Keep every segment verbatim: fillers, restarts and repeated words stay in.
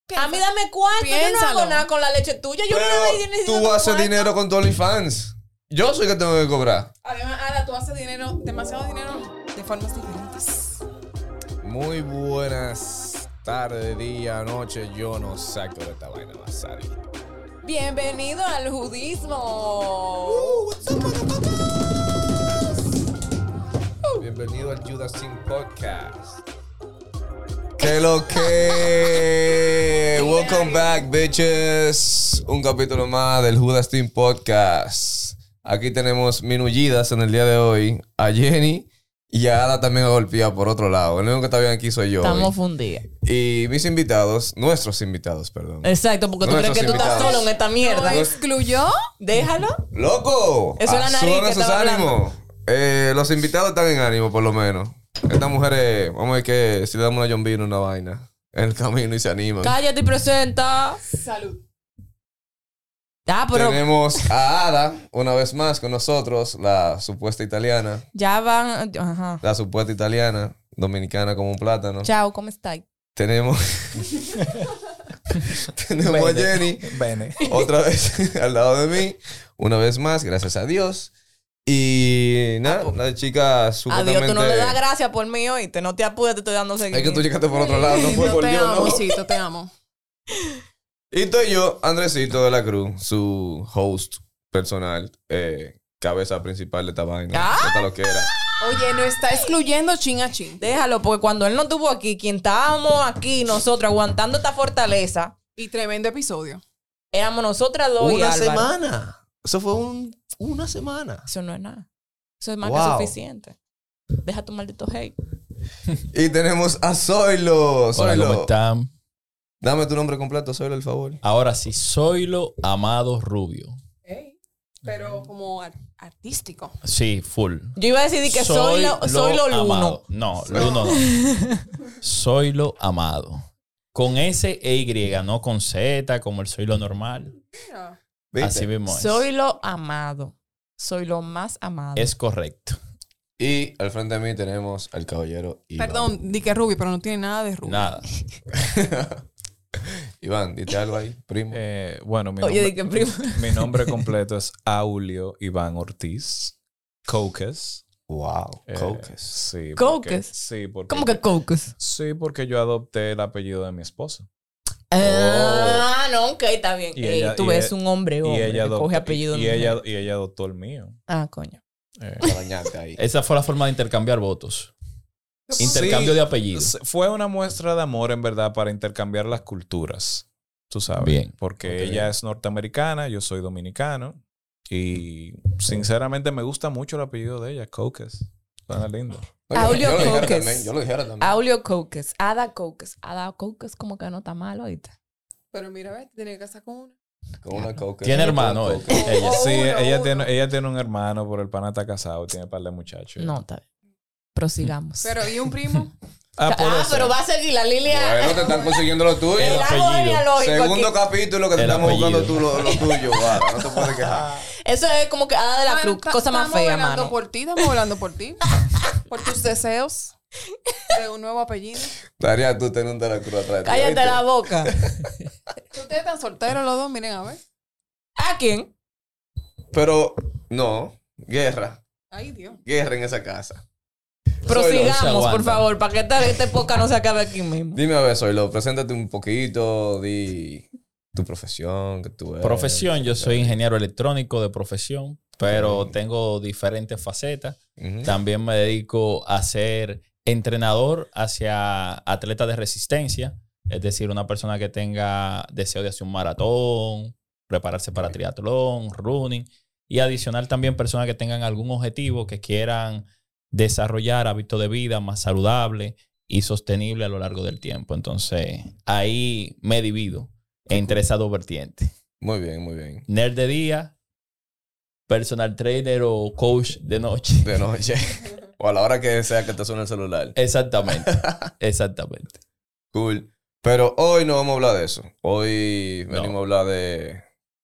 Piensa. A mí dame cuánto. Piénsalo. Yo no hago nada con la leche tuya. Yo Pero no necesito tú haces dinero con tu OnlyFans. Yo soy que tengo que cobrar. Además, Ada, tú haces dinero, demasiado dinero de formas diferentes. Muy buenas tardes, día, noche. Yo no sé a qué hora esta vaina va a salir. Bienvenido al judismo. Uh, Bienvenido al Judas Team Podcast. ¿Qué lo que? Welcome back, bitches. Un capítulo más del Judas Team Podcast. Aquí tenemos minullidas en el día de hoy a Jenny y a Ada también a golpear por otro lado. El único que está bien aquí soy yo. Estamos fundidas. Y mis invitados, nuestros invitados, perdón. Exacto, porque tú crees que tú estás solo en esta mierda. ¿Lo excluyó? Déjalo. ¡Loco! Eso es la nariz Suban que esos estaba ánimos. Eh, los invitados están en ánimo, por lo menos. Estas mujeres, vamos a ver que si le damos una yombina, una vaina en el camino y se animan. Cállate y presenta. Salud. Ah, pero Tenemos a Ada, una vez más con nosotros, la supuesta italiana. ya van. Ajá. La supuesta italiana, dominicana como un plátano. Chao, ¿cómo estáis? Tenemos... Tenemos a Jenny, Bene. otra vez al lado de mí. Una vez más, gracias a Dios. Y nada, la chica supuestamente... Adiós, tú no le das gracias por mí hoy. Te no te apures, te estoy dando seguimiento. Es que tú llegaste por otro lado, no fue Yo por te Dios, amo, no. Cito, te amo. Y estoy yo, Andresito de la Cruz, su host personal, eh, cabeza principal de esta vaina. ¡Ah! Esta lo que era. Oye, no está excluyendo chin a chin. Déjalo, porque cuando él no estuvo aquí, quien estábamos aquí, nosotros aguantando esta fortaleza, Y tremendo episodio. éramos nosotras dos y Una Álvaro. semana. Eso fue un, una semana. Eso no es nada. Eso es más Wow. que suficiente. Deja tu maldito hate. Y tenemos a Zoilo. Hola, Zoilo. ¿cómo están? Dame tu nombre completo, Zoilo, por favor. Ahora sí, Zoilo Amado Rubio. Ey, pero como ar- artístico. Sí, full. Yo iba a decir que soy lo, soy lo luno. Amado. No, Luno no. Zoilo Amado. Con S e Y, no con Z, como el Zoilo normal. Mira. ¿Viste? Así mismo es. Soy lo amado. Soy lo más amado. Es correcto. Y al frente de mí tenemos al caballero Iván. Perdón, di que rubio, pero no tiene nada de rubio. Nada. Iván, dite algo ahí, primo. Eh, bueno, mi Oye, nombre, di que primo. mi nombre completo es Aulio Iván Ortiz Cocas. Wow, Eh, Cocas. Sí. Cocas. porque- Sí, porque... ¿Cómo que cocos? Sí, porque yo adopté el apellido de mi esposa. Ah, no, ok, está bien. Y Ey, ella- tú y ves ella- un hombre, hombre, y ella que adoptó, coge apellido y, de y mujer. ella y ella adoptó el mío. Ah, coño. Eh, Te bañaste ahí. esa fue la forma de intercambiar votos. Sí. Intercambio de apellidos. S- Fue una muestra de amor, en verdad, para intercambiar las culturas. Tú sabes. Bien. Porque Ok. ella es norteamericana, yo soy dominicano. Y sinceramente me gusta mucho el apellido de ella, Cocas. Suena lindo. Oye, Aulio yo lo dijera Cocas. también, yo lo dijera también. Aulio Cocas. Ada Cocas. Ada Cocas como que no está malo ahorita. Pero mira, ves, tenía que casar con una. Con una Cocas. Tiene Con hermano, una eh. Cocas. Ella. Oh, Sí, uno, ella, uno. Tiene, ella tiene un hermano, pero el pana está casado, tiene un par de muchachos. No, está bien. Prosigamos. Pero, ¿y un primo? Ah, puede Ah, ser. pero va a seguir la línea. Bueno, te están consiguiendo lo tuyo. El El árbol apellido. genealógico Segundo aquí. capítulo que te El estamos buscando apellido. tú lo, lo tuyo. Vale, no te puedes quejar. Eso es como que Ada de la Bueno, Cruz. ta- Cosa más estamos fea, velando mano. por ti, estamos hablando por ti. Por tus deseos de un nuevo apellido. Daría tú tener un de la Cruz atrás de ti, Cállate ¿viste? la boca. Ustedes están solteros los dos, miren a ver. ¿A quién? Pero, no. Guerra. Ay, Dios. Guerra en esa casa. Prosigamos, se aguantan. por favor, para que esta, esta época no se acabe aquí mismo. Dime a ver, Zoilo, preséntate un poquito, di tu profesión, que tú eres. Profesión, yo soy ingeniero electrónico de profesión, pero tengo diferentes facetas. Ujú. También me dedico a ser entrenador hacia atletas de resistencia, es decir, una persona que tenga deseo de hacer un maratón, prepararse para triatlón, running, y adicional también personas que tengan algún objetivo, que quieran desarrollar hábitos de vida más saludable y sostenible a lo largo del tiempo. Entonces, ahí me divido entre esas dos vertientes. Muy bien, muy bien. Nerd de día, personal trainer o coach de noche. De noche. O a la hora que sea que te suene el celular. Exactamente. Exactamente. Cool. Pero hoy no vamos a hablar de eso. Hoy No. venimos a hablar de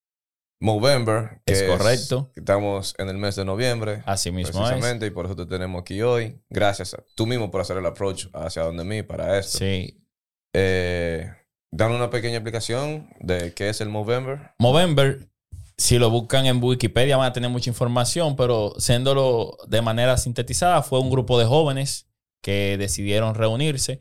Movember. Que Es correcto. que estamos en el mes de noviembre. Así mismo es. Precisamente. Y por eso te tenemos aquí hoy. Gracias a tú mismo por hacer el approach hacia donde mí para esto. Sí. Eh, Dan una pequeña explicación de qué es el Movember. Movember, si lo buscan en Wikipedia van a tener mucha información, pero siéndolo de manera sintetizada, fue un grupo de jóvenes que decidieron reunirse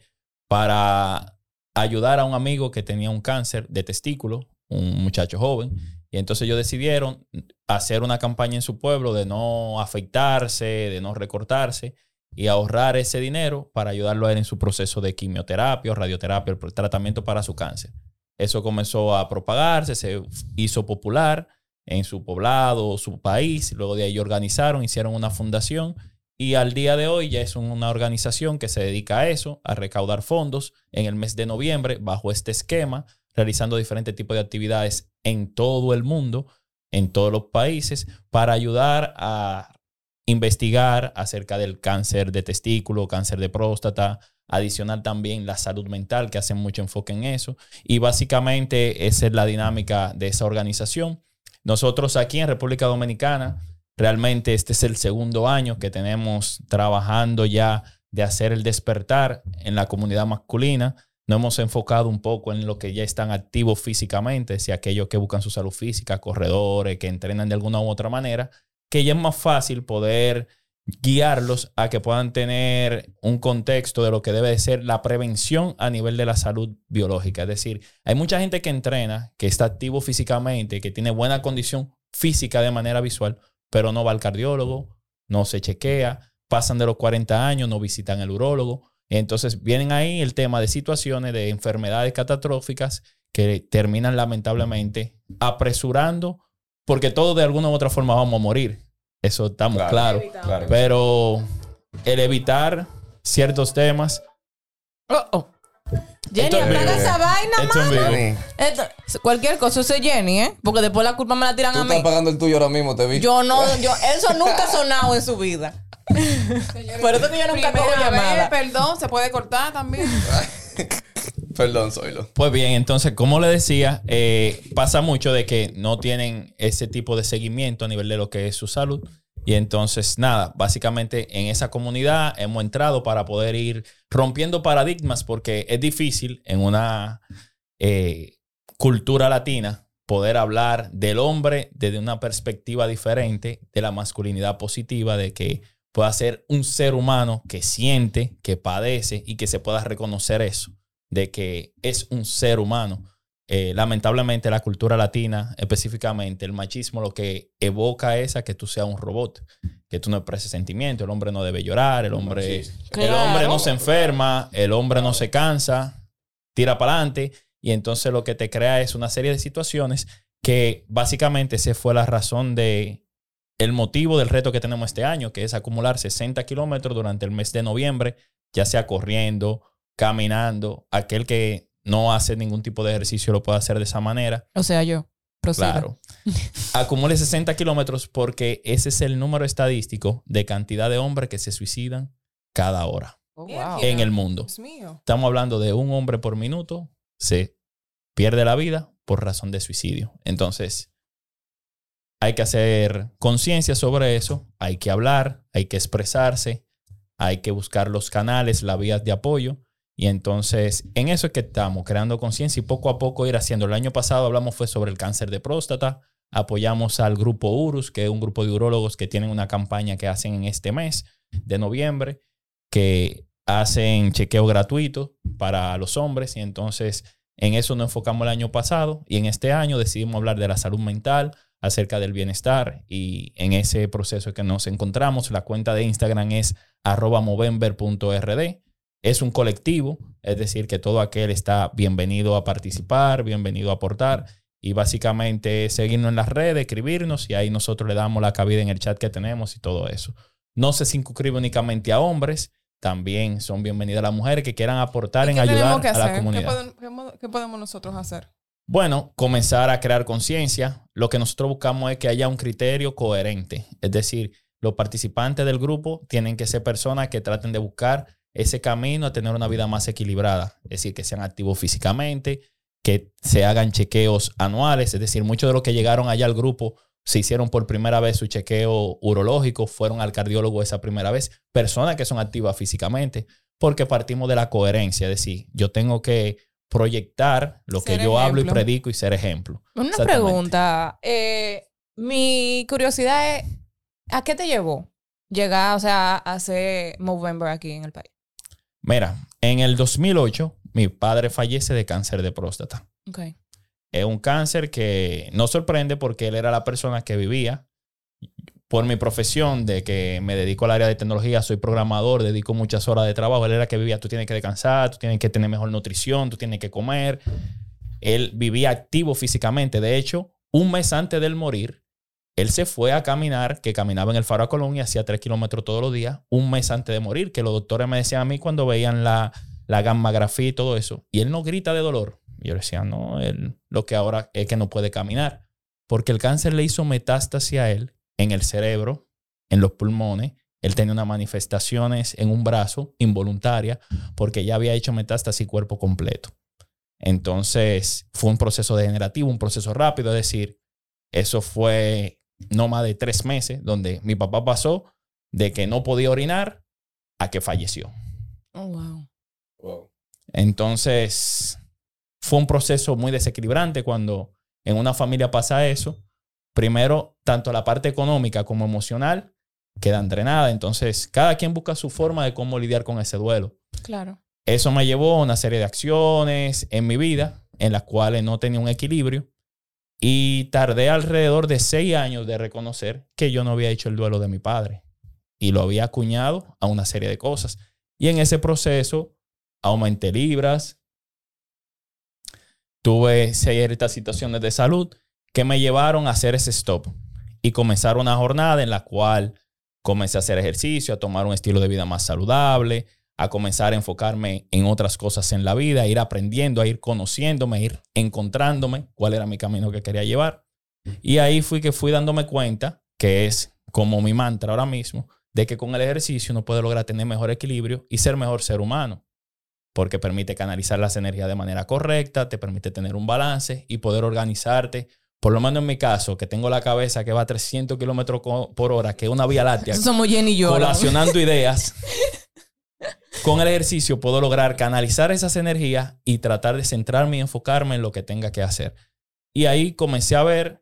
para ayudar a un amigo que tenía un cáncer de testículo, un muchacho joven. Y entonces ellos decidieron hacer una campaña en su pueblo de no afeitarse, de no recortarse y ahorrar ese dinero para ayudarlo a él en su proceso de quimioterapia o radioterapia, el tratamiento para su cáncer. Eso comenzó a propagarse, se hizo popular en su poblado, su país. Luego de ahí organizaron, hicieron una fundación y al día de hoy ya es una organización que se dedica a eso, a recaudar fondos en el mes de noviembre bajo este esquema, realizando diferentes tipos de actividades en todo el mundo, en todos los países, para ayudar a investigar acerca del cáncer de testículo, cáncer de próstata, adicional también la salud mental, que hacen mucho enfoque en eso. Y básicamente esa es la dinámica de esa organización. Nosotros aquí en República Dominicana, realmente este es el segundo año que tenemos trabajando ya de hacer el despertar en la comunidad masculina. Nos hemos enfocado un poco en lo que ya están activos físicamente, si aquellos que buscan su salud física, corredores, que entrenan de alguna u otra manera, que ya es más fácil poder guiarlos a que puedan tener un contexto de lo que debe de ser la prevención a nivel de la salud biológica. Es decir, hay mucha gente que entrena, que está activo físicamente, que tiene buena condición física de manera visual, pero no va al cardiólogo, no se chequea, pasan de los cuarenta años, no visitan el urólogo. Entonces vienen ahí el tema de situaciones de enfermedades catastróficas que terminan lamentablemente apresurando, porque todos de alguna u otra forma vamos a morir. Eso estamos Claro, claros. claro. Pero el evitar ciertos temas... Oh, oh. Jenny, Esto es apaga vivo. esa vaina, Esto es mano. vivo. Esto- cualquier cosa, eso es Jenny, ¿eh? Porque después la culpa me la tiran Tú a estás mí. pagando el tuyo ahora mismo, te vi. Yo no, yo, eso nunca ha sonado en su vida. Por eso que yo nunca cojo Primera llamada. vez, perdón, se puede cortar también. Perdón, Zoilo. Pues bien, entonces, como le decía, eh, pasa mucho de que no tienen ese tipo de seguimiento a nivel de lo que es su salud. Y entonces, nada, básicamente en esa comunidad hemos entrado para poder ir rompiendo paradigmas, porque es difícil en una eh, cultura latina poder hablar del hombre desde una perspectiva diferente, de la masculinidad positiva, de que pueda ser un ser humano que siente, que padece y que se pueda reconocer eso, de que es un ser humano. Eh, lamentablemente la cultura latina, específicamente el machismo, lo que evoca es a que tú seas un robot, que tú no expreses sentimientos. El hombre no debe llorar, el hombre, el Claro. hombre no se enferma, el hombre no se cansa, tira para adelante. Y entonces lo que te crea es una serie de situaciones que básicamente esa fue la razón de el motivo del reto que tenemos este año, que es acumular sesenta kilómetros durante el mes de noviembre, ya sea corriendo, caminando. Aquel que no hace ningún tipo de ejercicio lo puede hacer de esa manera. O sea, yo. Prosiga. Claro. Acumule sesenta kilómetros porque ese es el número estadístico de cantidad de hombres que se suicidan cada hora Oh, wow. en el mundo. Dios mío. Estamos hablando de un hombre por minuto se pierde la vida por razón de suicidio. Entonces, hay que hacer conciencia sobre eso, hay que hablar, hay que expresarse, hay que buscar los canales, las vías de apoyo. Y entonces, en eso es que estamos, creando conciencia y poco a poco ir haciendo. El año pasado hablamos fue sobre el cáncer de próstata. Apoyamos al grupo URUS, que es un grupo de urólogos que tienen una campaña que hacen en este mes de noviembre, que hacen chequeo gratuito para los hombres. Y entonces, en eso nos enfocamos el año pasado. Y en este año decidimos hablar de la salud mental, acerca del bienestar. Y en ese proceso que nos encontramos, la cuenta de Instagram es arroba movember punto r d. Es un colectivo, es decir, que todo aquel está bienvenido a participar, bienvenido a aportar. Y básicamente seguirnos en las redes, escribirnos y ahí nosotros le damos la cabida en el chat que tenemos y todo eso. No se circunscribe únicamente a hombres, también son bienvenidas las mujeres que quieran aportar ¿Y en qué tenemos ayudar que a hacer? la ¿Qué comunidad. podemos, qué mo- qué podemos nosotros hacer? Bueno, comenzar a crear conciencia. Lo que nosotros buscamos es que haya un criterio coherente. Es decir, los participantes del grupo tienen que ser personas que traten de buscar ese camino a tener una vida más equilibrada. Es decir, que sean activos físicamente, que se hagan chequeos anuales. Es decir, muchos de los que llegaron allá al grupo se hicieron por primera vez su chequeo urológico, fueron al cardiólogo esa primera vez. Personas que son activas físicamente, porque partimos de la coherencia. Es decir, yo tengo que proyectar lo Ser que yo hablo y ejemplo. predico y ser ejemplo. Una Exactamente. pregunta. Eh, mi curiosidad es, ¿a qué te llevó llegar, o sea, a hacer Movember aquí en el país? Mira, en el dos mil ocho, mi padre fallece de cáncer de próstata. Ok. Es un cáncer que no sorprende porque él era la persona que vivía. Por mi profesión de que me dedico al área de tecnología, soy programador, dedico muchas horas de trabajo. Él era que vivía, tú tienes que descansar, tú tienes que tener mejor nutrición, tú tienes que comer. Él vivía activo físicamente. De hecho, un mes antes de él morir, él se fue a caminar, que caminaba en el Faro a Colón y hacía tres kilómetros todos los días, un mes antes de morir, que los doctores me decían a mí cuando veían la, la gammagrafía y todo eso. Y él no grita de dolor. Y yo le decía, no, él lo que ahora es que no puede caminar. Porque el cáncer le hizo metástasis a él en el cerebro, en los pulmones. Él tenía unas manifestaciones en un brazo involuntaria porque ya había hecho metástasis cuerpo completo. Entonces, fue un proceso degenerativo, un proceso rápido. Es decir, eso fue no más de tres meses donde mi papá pasó de que no podía orinar a que falleció. Oh, wow. Wow. Entonces, fue un proceso muy desequilibrante cuando en una familia pasa eso. Primero, tanto la parte económica como emocional quedan drenadas. Entonces, cada quien busca su forma de cómo lidiar con ese duelo. Claro. Eso me llevó a una serie de acciones en mi vida en las cuales no tenía un equilibrio y tardé alrededor de seis años de reconocer que yo no había hecho el duelo de mi padre y lo había acuñado a una serie de cosas. Y en ese proceso aumenté libras, tuve ciertas situaciones de salud que me llevaron a hacer ese stop y comenzar una jornada en la cual comencé a hacer ejercicio, a tomar un estilo de vida más saludable, a comenzar a enfocarme en otras cosas en la vida, a ir aprendiendo, a ir conociéndome, a ir encontrándome cuál era mi camino que quería llevar. Y ahí fui que fui dándome cuenta, que es como mi mantra ahora mismo, de que con el ejercicio uno puede lograr tener mejor equilibrio y ser mejor ser humano. Porque permite canalizar las energías de manera correcta, te permite tener un balance y poder organizarte. Por lo menos en mi caso, que tengo la cabeza que va a trescientos kilómetros por hora, que es una vía láctea, Somos Jenny y yo. colacionando ideas. Con el ejercicio puedo lograr canalizar esas energías y tratar de centrarme y enfocarme en lo que tenga que hacer. Y ahí comencé a ver,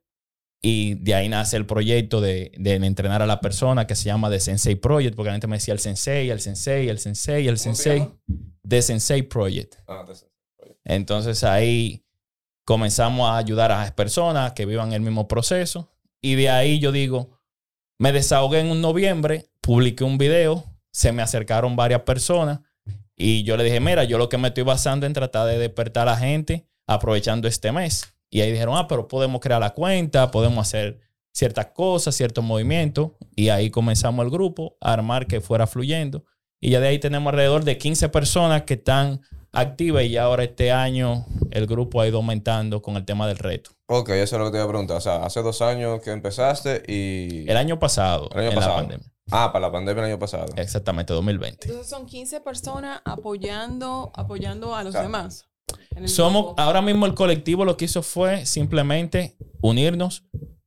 y de ahí nace el proyecto de, de entrenar a la persona que se llama The Sensei Project, porque la gente me decía el Sensei, el Sensei, el Sensei, el Sensei. The Sensei Project. Ah, The Sensei Project. Entonces ahí comenzamos a ayudar a las personas que vivan el mismo proceso. Y de ahí yo digo, me desahogué en un noviembre, publiqué un video, se me acercaron varias personas y yo le dije, mira, yo lo que me estoy basando en tratar de despertar a la gente aprovechando este mes. Y ahí dijeron, ah, pero podemos crear la cuenta, podemos hacer ciertas cosas, ciertos movimientos. Y ahí comenzamos el grupo a armar que fuera fluyendo. Y ya de ahí tenemos alrededor de quince personas que están activas y ya ahora este año el grupo ha ido aumentando con el tema del reto. Ok, eso es lo que te iba a preguntar. O sea, hace dos años que empezaste y... El año pasado, El año en pasado. la pandemia. Ah, para la pandemia el año pasado. Exactamente, dos mil veinte. Entonces son quince personas apoyando, apoyando a los Claro. demás. en el Somos, grupo. ahora mismo el colectivo lo que hizo fue simplemente unirnos.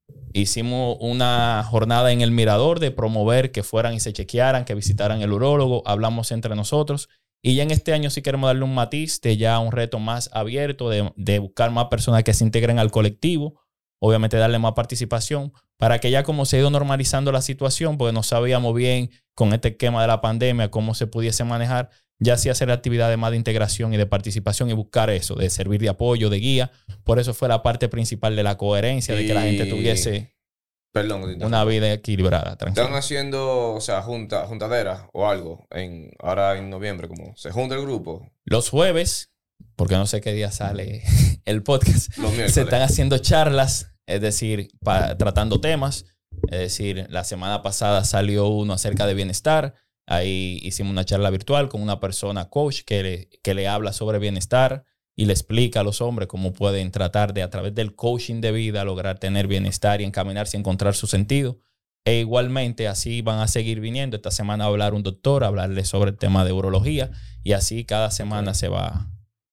Hicimos una jornada en el Mirador de promover que fueran y se chequearan, que visitaran el urólogo, hablamos entre nosotros. Y ya en este año sí queremos darle un matiz de ya un reto más abierto, de, de buscar más personas que se integren al colectivo. Obviamente darle más participación para que ya como se ha ido normalizando la situación, porque no sabíamos bien con este esquema de la pandemia cómo se pudiese manejar, ya sí hacer actividades más de integración y de participación y buscar eso, de servir de apoyo, de guía. Por eso fue la parte principal de la coherencia, de que la gente Y- tuviese Perdón. que te interrumpa. una vida equilibrada, tranquila. ¿Están haciendo, o sea, junta, juntaderas o algo en, ahora en noviembre? Como se junta el grupo Los jueves, porque no sé qué día sale el podcast, los miércoles. se están haciendo charlas, es decir, pa- tratando temas. Es decir, la semana pasada salió uno acerca de bienestar. Ahí hicimos una charla virtual con una persona coach que le, que le habla sobre bienestar y le explica a los hombres cómo pueden tratar de, a través del coaching de vida, lograr tener bienestar y encaminarse y encontrar su sentido. E igualmente así van a seguir viniendo. Esta semana va a hablar un doctor, a hablarle sobre el tema de urología y así cada semana se va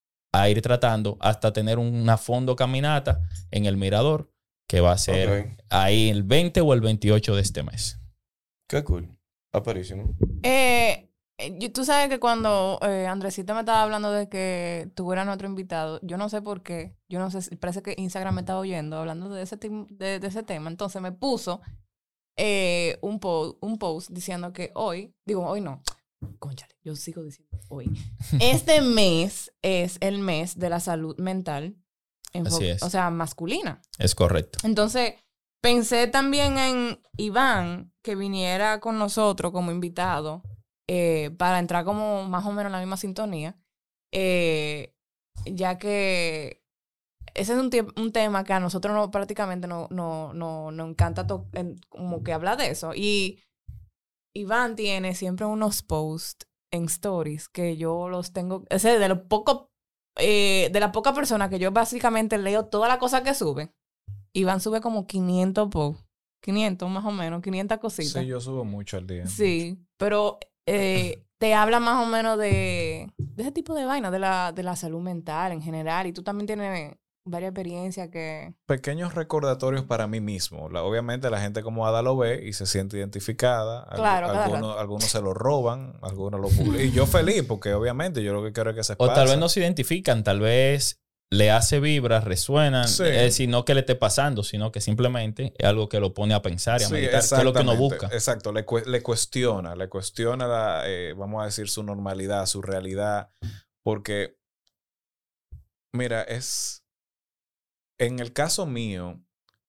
a ir tratando hasta tener una fondo caminata en el Mirador que va a ser Ok. ahí el veinte o el veintiocho de este mes. Qué cool. Aparísimo. Eh, Eh, yo- Tú sabes que cuando eh, Andresita me estaba hablando de que tú eras nuestro invitado, yo no sé por qué, yo no sé, si- parece que Instagram me estaba oyendo hablando de ese, tim- de, de ese tema, entonces me puso eh, un, po- un post diciendo que hoy, digo, hoy no, cónchale, yo sigo diciendo hoy, este mes es el mes de la salud mental, enfo- Así es. o sea, masculina. Es correcto. Entonces, pensé también en Iván, que viniera con nosotros como invitado, eh, para entrar como más o menos en la misma sintonía, eh, ya que ese es un, tie- un tema que a nosotros no, prácticamente no, no, no, nos encanta to- en- como que hablar de eso. Y Iván tiene siempre unos posts en stories que yo los tengo, ese de los pocos, eh, de la poca persona que yo básicamente leo todas las cosas que sube. Iván sube como quinientos posts, quinientos más o menos, quinientas cositas. Sí, yo subo mucho al día. Sí, pero eh, te habla más o menos de, de ese tipo de vaina, de la, de la salud mental en general. Y tú también tienes varias experiencias que... Pequeños recordatorios para mí mismo. La- obviamente la gente como Ada lo ve y se siente identificada. Al- Claro, cada algunos, algunos se lo roban, algunos lo publican. Y yo feliz porque obviamente yo lo que quiero es que se O tal vez esparza. no se identifican, tal vez le hace vibras, resuenan. Sí. Es decir, no que le esté pasando, sino que simplemente es algo que lo pone a pensar y a Sí, meditar, que es lo que uno exactamente, busca. Exacto, le, cue- le cuestiona, le cuestiona, la, eh, vamos a decir, su normalidad, su realidad, porque, mira, es, en el caso mío,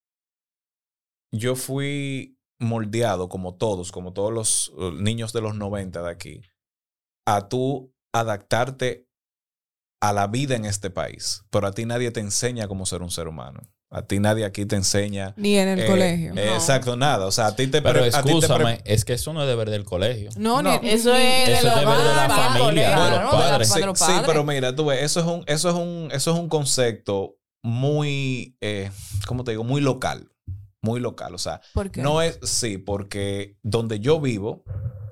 yo fui moldeado, como todos, como todos los uh, niños de los noventa de aquí, a tú adaptarte a la vida en este país, pero a ti nadie te enseña cómo ser un ser humano. A ti nadie aquí te enseña. Ni en el eh, colegio. eh, No. Exacto, nada. O sea, a ti te Pero pre- a ti te escúchame, pre- es que eso no es deber del colegio. No, No. ni Eso ni- es Eso es deber de la hogar, familia, colegio, de los ¿no? padres. De Sí, los sí, padres. pero mira, tú ves, eso es un, eso es un, eso es un concepto muy, eh, ¿cómo te digo? Muy local. Muy local. O sea, ¿Por qué? no es, sí, porque donde yo vivo,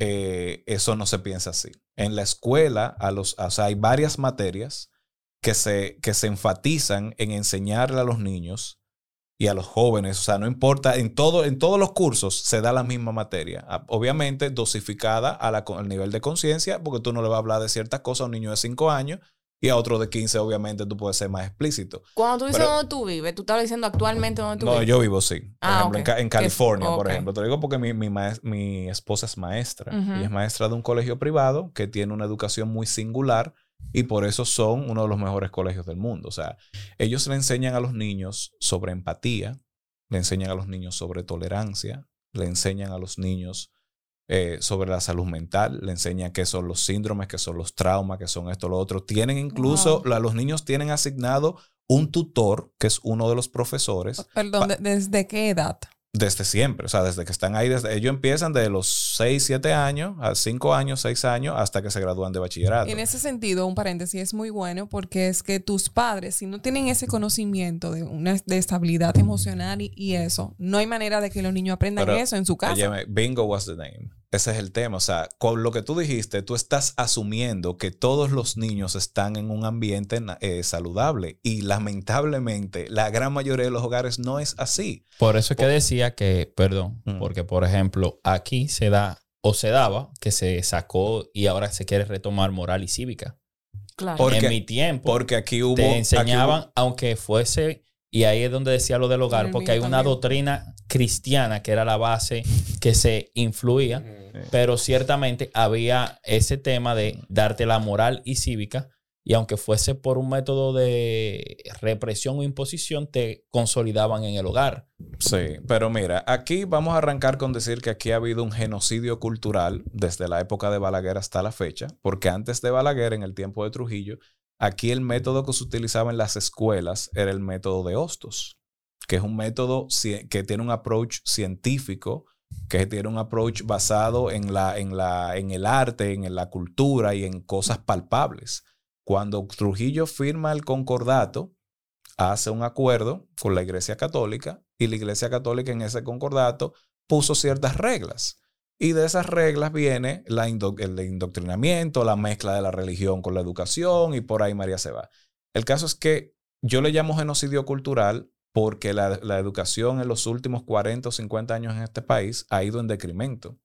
eh, eso no se piensa así. En la escuela, a los, o sea, hay varias materias que se, que se enfatizan en enseñarle a los niños y a los jóvenes, o sea, no importa, en, todo, en todos los cursos se da la misma materia, Ah, obviamente dosificada a la, al nivel de conciencia, porque tú no le vas a hablar de ciertas cosas a un niño de cinco años y a otro de quince, obviamente tú puedes ser más explícito. Cuando tú dices Pero- dónde tú vives, tú estás diciendo actualmente dónde tú No, vives. yo vivo sí. Por Ah, ejemplo, en, ok. Ca- en Que es- California, por ok. ejemplo. Te lo digo porque mi, mi, maes- mi esposa es maestra Ujú. y es maestra de un colegio privado que tiene una educación muy singular y por eso son uno de los mejores colegios del mundo. O sea, ellos le enseñan a los niños sobre empatía, le enseñan a los niños sobre tolerancia, le enseñan a los niños eh, sobre la salud mental, le enseñan qué son los síndromes, qué son los traumas, qué son esto, lo otro. Tienen incluso, la- los niños tienen asignado un tutor, que es uno de los profesores, Perdón, ¿de- ¿desde qué edad? desde siempre. O sea, desde que están ahí, desde, ellos empiezan de los seis, siete años, a cinco años, seis años, hasta que se gradúan de bachillerato. En ese sentido, un paréntesis es muy bueno porque es que tus padres, si no tienen ese conocimiento de una de estabilidad emocional y, y eso, no hay manera de que los niños aprendan Pero, eso en su casa. Óyeme, bingo was the name. Ese es el tema. O sea, con lo que tú dijiste, tú estás asumiendo que todos los niños están en un ambiente eh, saludable y lamentablemente la gran mayoría de los hogares no es así. Por eso es que decía que, perdón, Mm. porque por ejemplo, aquí se da o se daba que se sacó y ahora se quiere retomar moral y cívica. Claro. Porque- en mi tiempo Porque aquí hubo... te aquí enseñaban, hubo- aunque fuese, y ahí es donde decía lo del hogar, el porque hay mío una también. doctrina cristiana que era la base que se influía, pero ciertamente había ese tema de darte la moral y cívica, y aunque fuese por un método de represión o imposición, te consolidaban en el hogar. Sí, pero mira, aquí vamos a arrancar con decir que aquí ha habido un genocidio cultural desde la época de Balaguer hasta la fecha, porque antes de Balaguer, en el tiempo de Trujillo, aquí el método que se utilizaba en las escuelas era el método de Hostos, que es un método ci- que tiene un approach científico, que tiene un approach basado en, la, en, la, en el arte, en la cultura y en cosas palpables. Cuando Trujillo firma el concordato, hace un acuerdo con la Iglesia Católica y la Iglesia Católica en ese concordato puso ciertas reglas. Y de esas reglas viene la indo- el indoctrinamiento, la mezcla de la religión con la educación y por ahí María se va. El caso es que yo le llamo genocidio cultural porque la, la educación en los últimos cuarenta o cincuenta años en este país ha ido en decremento.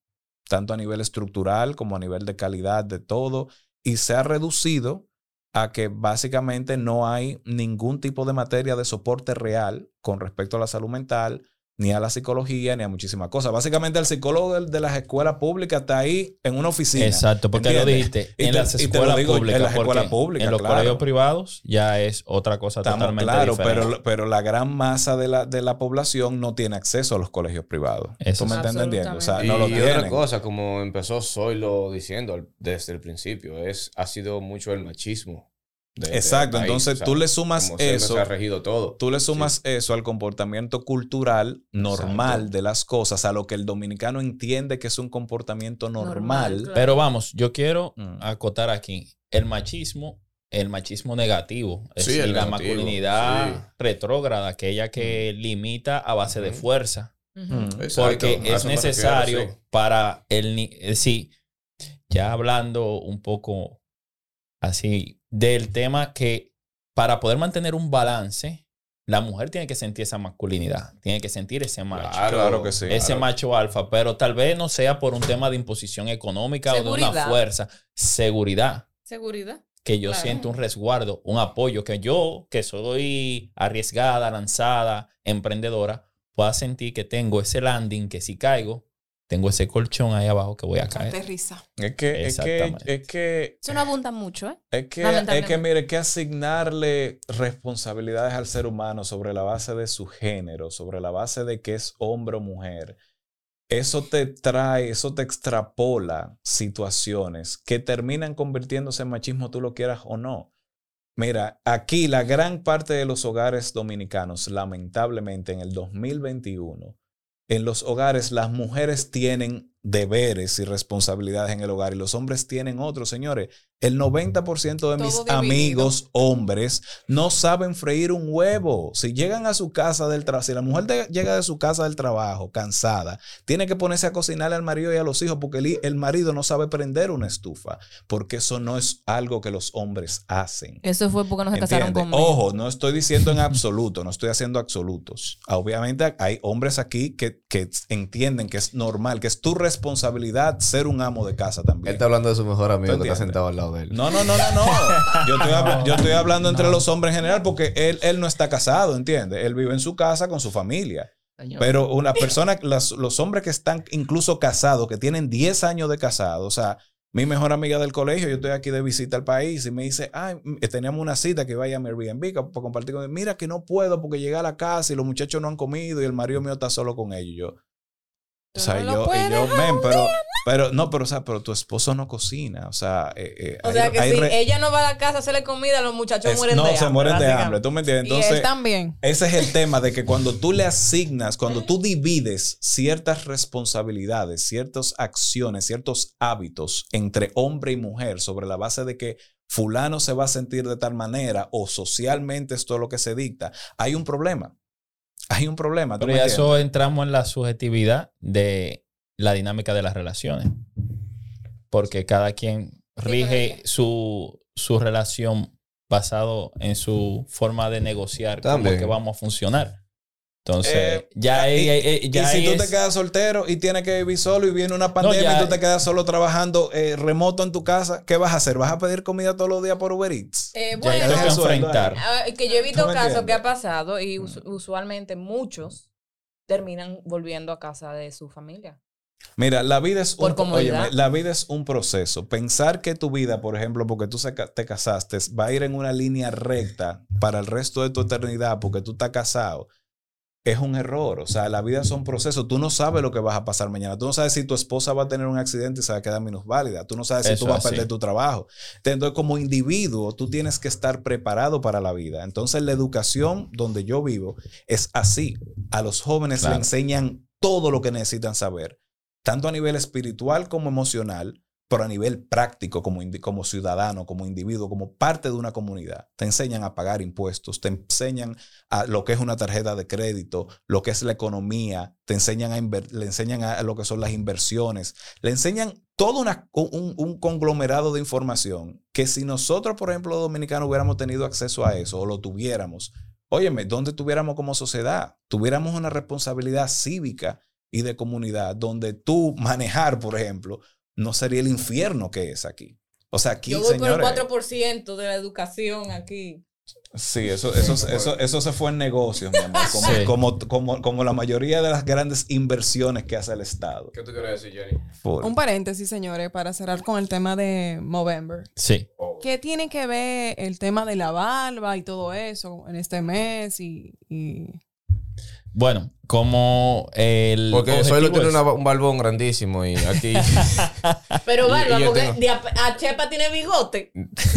tanto a nivel estructural como a nivel de calidad de todo, y se ha reducido a que básicamente no hay ningún tipo de materia de soporte real con respecto a la salud mental, ni a la psicología, ni a muchísimas cosas. Básicamente el psicólogo de, de las escuelas públicas está ahí en una oficina. Exacto, porque lo dijiste, y en te, las escuelas públicas. En las escuelas públicas, en los claro. colegios privados ya es otra cosa Estamos totalmente claro, diferente. pero, pero la gran masa de la, de la población no tiene acceso a los colegios privados. Eso ¿Tú me sí. estás entendiendo? O sea, Y no lo otra tienen. cosa, como empezó Zoilo diciendo al- desde el principio, es ha sido mucho el machismo. de- de Exacto, país, entonces o sea, tú le sumas como siempre eso. se ha regido todo. Tú le sumas eso al comportamiento cultural normal Exacto. de las cosas, a lo que el dominicano entiende que es un comportamiento normal. Normal, claro. Pero vamos, yo quiero Mm. acotar aquí el machismo, el machismo negativo, es Sí, decir, el la negativo, masculinidad sí. retrógrada, aquella que limita a base de Ujú. fuerza, Ujú. Mm. Exacto, porque a es eso me refiero, necesario sí. para el ni- eh, sí, ya hablando un poco así del tema que para poder mantener un balance, la mujer tiene que sentir esa masculinidad, tiene que sentir ese macho. Claro, Claro que sí. Ese claro. macho alfa, pero tal vez no sea por un tema de imposición económica o de una Seguridad. fuerza, seguridad, Seguridad. que yo Claro. siento un resguardo, un apoyo, que yo, que soy arriesgada, lanzada, emprendedora, pueda sentir que tengo ese landing, que si caigo, tengo ese colchón ahí abajo que voy a caer. Aterriza. Es que, es que, Exactamente. es que, Eso no abunda mucho, ¿eh? es que, es Lamentablemente. que, mire, que asignarle responsabilidades al ser humano sobre la base de su género, sobre la base de que es hombre o mujer, eso te trae, eso te extrapola situaciones que terminan convirtiéndose en machismo, tú lo quieras o no. Mira, aquí la gran parte de los hogares dominicanos, lamentablemente en el dos mil veintiuno, en los hogares las mujeres tienen deberes y responsabilidades en el hogar y los hombres tienen otros, señores. El noventa por ciento de Todo mis dividido. amigos hombres no saben freír un huevo. Si llegan a su casa del trabajo, si la mujer de- llega de su casa del trabajo cansada, tiene que ponerse a cocinarle al marido y a los hijos porque el, el marido no sabe prender una estufa, porque eso no es algo que los hombres hacen. Eso fue porque no se casaron ¿Entiendes? conmigo. Ojo, no estoy diciendo en absoluto, no estoy haciendo absolutos. Obviamente hay hombres aquí que, que entienden que es normal, que es tu responsabilidad ser un amo de casa Él también. está hablando de su mejor amigo que está entiendes? sentado al lado de él. No, no, no, no, no. Yo estoy, habla- yo estoy hablando entre los hombres en general porque él, él no está casado, ¿entiendes? Él vive en su casa con su familia. Señor. Pero una persona, las- los hombres que están incluso casados, que tienen diez años de casado, o sea, mi mejor amiga del colegio, yo estoy aquí de visita al país y me dice, ay, mm, teníamos una cita que vaya a mi Airbnb para compartir con él. Mira que no puedo porque llegué a la casa y los muchachos no han comido y el marido mío está solo con ellos. Y yo, o sea, Tú no lo yo, y puedes yo, dejar men, pero, pero, no, pero, o sea, pero tu esposo no cocina, o sea, eh, eh, O hay- sea que hay si re- ella no va a la casa a hacerle comida, los muchachos es- mueren no, de hambre. se mueren de básicamente. hambre, ¿tú me entiendes? y él Entonces, también. ese es el tema de que cuando tú le asignas, cuando tú divides ciertas responsabilidades, ciertas acciones, ciertos hábitos entre hombre y mujer sobre la base de que fulano se va a sentir de tal manera o socialmente esto es lo que se dicta, hay un problema. Hay un problema. ¿tú Pero me ya entiendes? eso entramos en la subjetividad de la dinámica de las relaciones. Porque cada quien rige su, su relación basado en su forma de negociar cómo También. es que vamos a funcionar. Entonces, Eh, ya, y, ahí- ahí- ya y si ahí tú es- te quedas soltero y tienes que vivir solo y viene una pandemia ya- y tú te quedas solo trabajando eh, remoto en tu casa, ¿qué vas a hacer? ¿Vas a pedir comida todos los días por Uber Eats? Eh, ya bueno, hay que deja el sueldo ahí. enfrentar. ah, que yo he visto ¿Tú me casos que entiendes? ha pasado y us- usualmente muchos terminan volviendo a casa de su familia. Mira, la vida es Por un, comodidad. óyeme, la vida es un proceso. Pensar que tu vida, por ejemplo, porque tú se ca- te casaste, va a ir en una línea recta para el resto de tu eternidad porque tú estás casado, es un error. O sea, la vida son procesos. Tú no sabes lo que vas a pasar mañana. Tú no sabes si tu esposa va a tener un accidente y se va a quedar minusválida. Tú no sabes si Eso tú vas es a perder así. tu trabajo. Entonces, como individuo, tú tienes que estar preparado para la vida. Entonces, la educación donde yo vivo es así. A los jóvenes Claro. le enseñan todo lo que necesitan saber, tanto a nivel espiritual como emocional, pero a nivel práctico como, indi- como ciudadano, como individuo, como parte de una comunidad. Te enseñan a pagar impuestos, te enseñan a lo que es una tarjeta de crédito, lo que es la economía, te enseñan a inver- le enseñan a lo que son las inversiones, le enseñan todo una, un, un conglomerado de información que si nosotros, por ejemplo, los dominicanos hubiéramos tenido acceso a eso o lo tuviéramos, óyeme, ¿dónde tuviéramos como sociedad? Tuviéramos una responsabilidad cívica y de comunidad donde tú manejar, por ejemplo, no sería el infierno que es aquí. O sea, aquí, Yo voy señores, por el cuatro por ciento de la educación aquí. Sí, eso, eso, eso, eso se fue en negocios, mi amor. Como, Sí. como, como, como la mayoría de las grandes inversiones que hace el Estado. ¿Qué tú quieres decir, Jenny? Full. Un paréntesis, señores, para cerrar con el tema de Movember. Sí. ¿Qué tiene que ver el tema de la barba y todo eso en este mes? Y, y... Bueno, como el. Porque objetivo Zoilo tiene es- una- un barbón grandísimo y aquí... Pero Y- Barba, y yo porque tengo- de a, a Chepa tiene bigote.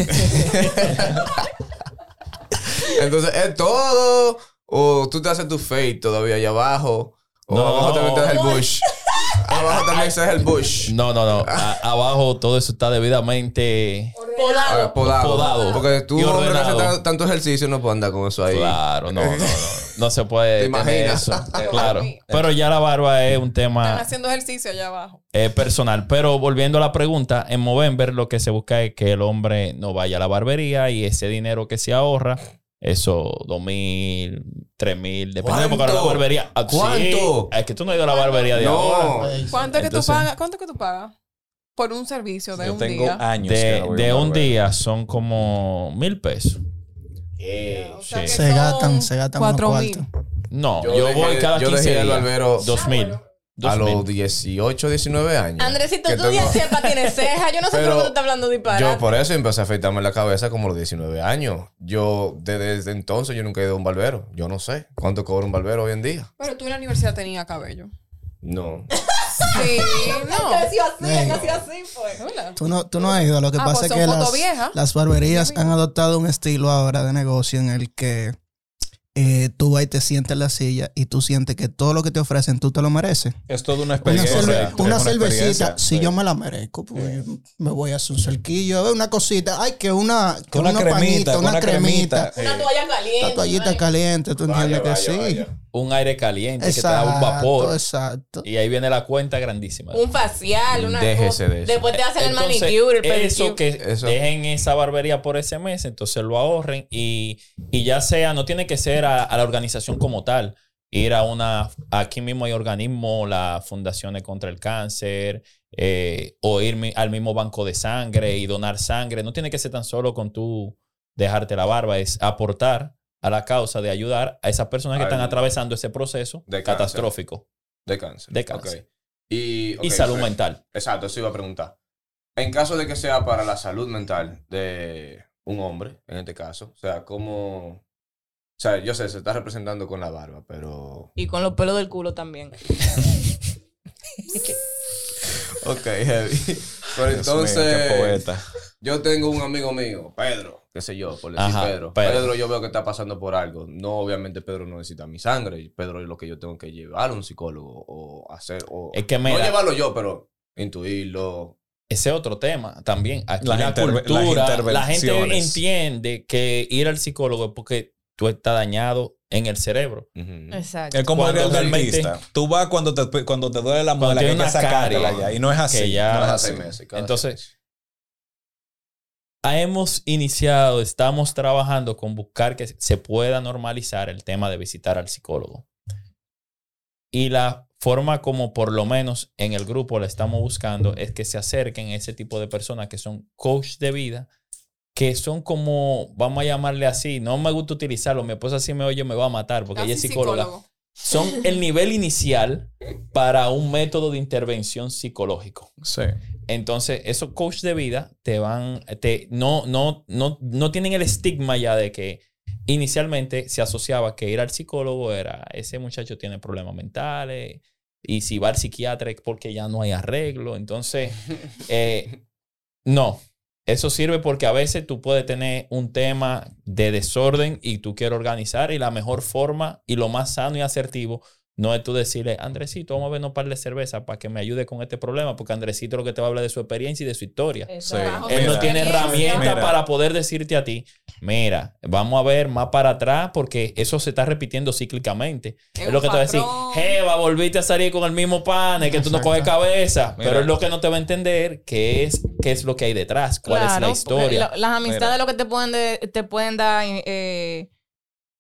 Entonces, ¿es todo? ¿O tú te haces tu fade todavía allá abajo? ¿O No, abajo no. también te das el bush? Abajo también se es el bush. No, no, no. A- abajo todo eso está debidamente. Podado. Ah, podado. Podado. Porque tú, Y hombre, que hace ordenado. tan- tanto ejercicio, no puedes andar con eso ahí. Claro, no, no, no. No se puede ¿Te tener imaginas? eso. Claro. Pero ya la barba es un Están tema haciendo ejercicio allá abajo. eh, personal. Pero volviendo a la pregunta, en Movember lo que se busca es que el hombre no vaya a la barbería y ese dinero que se ahorra, eso, dos mil, tres mil, dependiendo porque ahora la ¿Cuánto? barbería. Ah, sí. ¿Cuánto? Es que tú no has ido a la barbería de No. ahora. ¿Cuánto es que tú Entonces- pagas? ¿Cuánto es que tú pagas por un servicio de Yo un tengo día? años que De, no voy a de una un barbería. día son como mil pesos. O sea, Sí. que Se son gastan, se gastan unos cuatro mil. cuartos. No, Yo yo, dejé- voy cada yo quince dejé el días. barbero Dos mil. A Dos los mil. dieciocho, diecinueve años. Andresito, Que tú ya tengo- Chepa tiene ceja. Yo no sé Pero por qué tú estás hablando disparate. Yo por eso empecé a afeitarme la cabeza como a los diecinueve años. Yo, desde, desde entonces, yo nunca he ido a un barbero. Yo no sé cuánto cobra un barbero hoy en día. Pero tú en la universidad tenías cabello. No. Sí, no. Nació así, Ey. nació así, pues. Hola. Tú no, tú no has ido. Lo que Ah, pasa pues es son que fotos las, viejas. las barberías Yo han vi. adoptado un estilo ahora de negocio en el que eh, tú vas y te sientas en la silla y tú sientes que todo lo que te ofrecen tú te lo mereces. Es toda una Una, experiencia. cerve- es una experiencia. cervecita, si Sí. yo me la merezco, pues me voy a hacer un cerquillo, una cosita, ay, que una, que Una unos cremita, pañitos, con una, una cremita, cremita. Una Sí. toalla caliente. una toallita ay. caliente, tú entiendes Vaya, que sí. vaya, vaya. Un aire caliente que te da Exacto, un vapor. exacto. Y ahí viene la cuenta grandísima. Un facial, una Déjese cosa. de eso. Después te hacen Entonces, el manicure, el pedicure. eso que Eso. dejen esa barbería por ese mes, entonces lo ahorren y, y ya sea, no tiene que ser a, a la organización como tal. Ir a una, aquí mismo hay organismos, las fundaciones contra el cáncer, eh, o ir mi- al mismo banco de sangre y donar sangre. No tiene que ser tan solo con tú dejarte la barba, es aportar a la causa de ayudar a esas personas que Al- están atravesando ese proceso de cáncer. catastrófico De cáncer. de cáncer. Ok. Y, ok, y salud ok. mental. Exacto, eso iba a preguntar. En caso de que sea para la salud mental de un hombre, en este caso, o sea, ¿cómo...? O sea, yo sé, se está representando con la barba, pero... Y con los pelos del culo también. Ok, heavy. Pero Dios mío, entonces... qué poeta. Yo tengo un amigo mío, Pedro, qué sé yo, por decir Ajá, Pedro. Pedro. Pedro. yo veo que está pasando por algo. No, obviamente Pedro no necesita mi sangre. Pedro es lo que yo tengo que llevar a un psicólogo o hacer... O, Es que no mira, llevarlo yo, pero intuirlo. ese otro tema también. Aquí Las la interve- cultura, las la gente intervenciones. entiende que ir al psicólogo es porque tú estás dañado en el cerebro. Ujú. Exacto. Es como ir Cuando al realmente- dentista. Tú vas cuando te, cuando te duele la Cuando muela, que hay tiene que una sacártela carie, ya. Y no es así. que ya- no es Cada así. seis meses. cada Entonces, seis meses. Hemos iniciado, estamos trabajando con buscar que se pueda normalizar el tema de visitar al psicólogo. Y la forma como por lo menos en el grupo le estamos buscando es que se acerquen ese tipo de personas que son coach de vida, que son como, vamos a llamarle así, no me gusta utilizarlo, mi esposa si me oye me va a matar porque ella es Casi psicóloga. psicólogo. Son el nivel inicial para un método de intervención psicológico. Sí. Entonces, esos coaches de vida te van, te, no, no, no, no tienen el estigma ya de que inicialmente se asociaba que ir al psicólogo era, ese muchacho tiene problemas mentales y si va al psiquiatra es porque ya no hay arreglo. Entonces, eh, no. Eso sirve porque a veces tú puedes tener un tema de desorden y tú quieres organizar y la mejor forma y lo más sano y asertivo no es tú decirle, Andresito, vamos a ver un par de cerveza para que me ayude con este problema, porque Andresito lo que te va a hablar de su experiencia y de su historia. Exacto. Él no Mira, tiene herramientas mira. para poder decirte a ti, mira, vamos a ver más para atrás porque eso se está repitiendo cíclicamente. Es Es, un lo que te va a decir, patrón. Jeva, volviste a salir con el mismo pan, es que tú no Exacto. coges cabeza. Mira. Pero es lo que no te va a entender qué es, qué es lo que hay detrás, cuál es la porque historia. la- las amistades Mira. lo que te pueden, de- te pueden dar eh,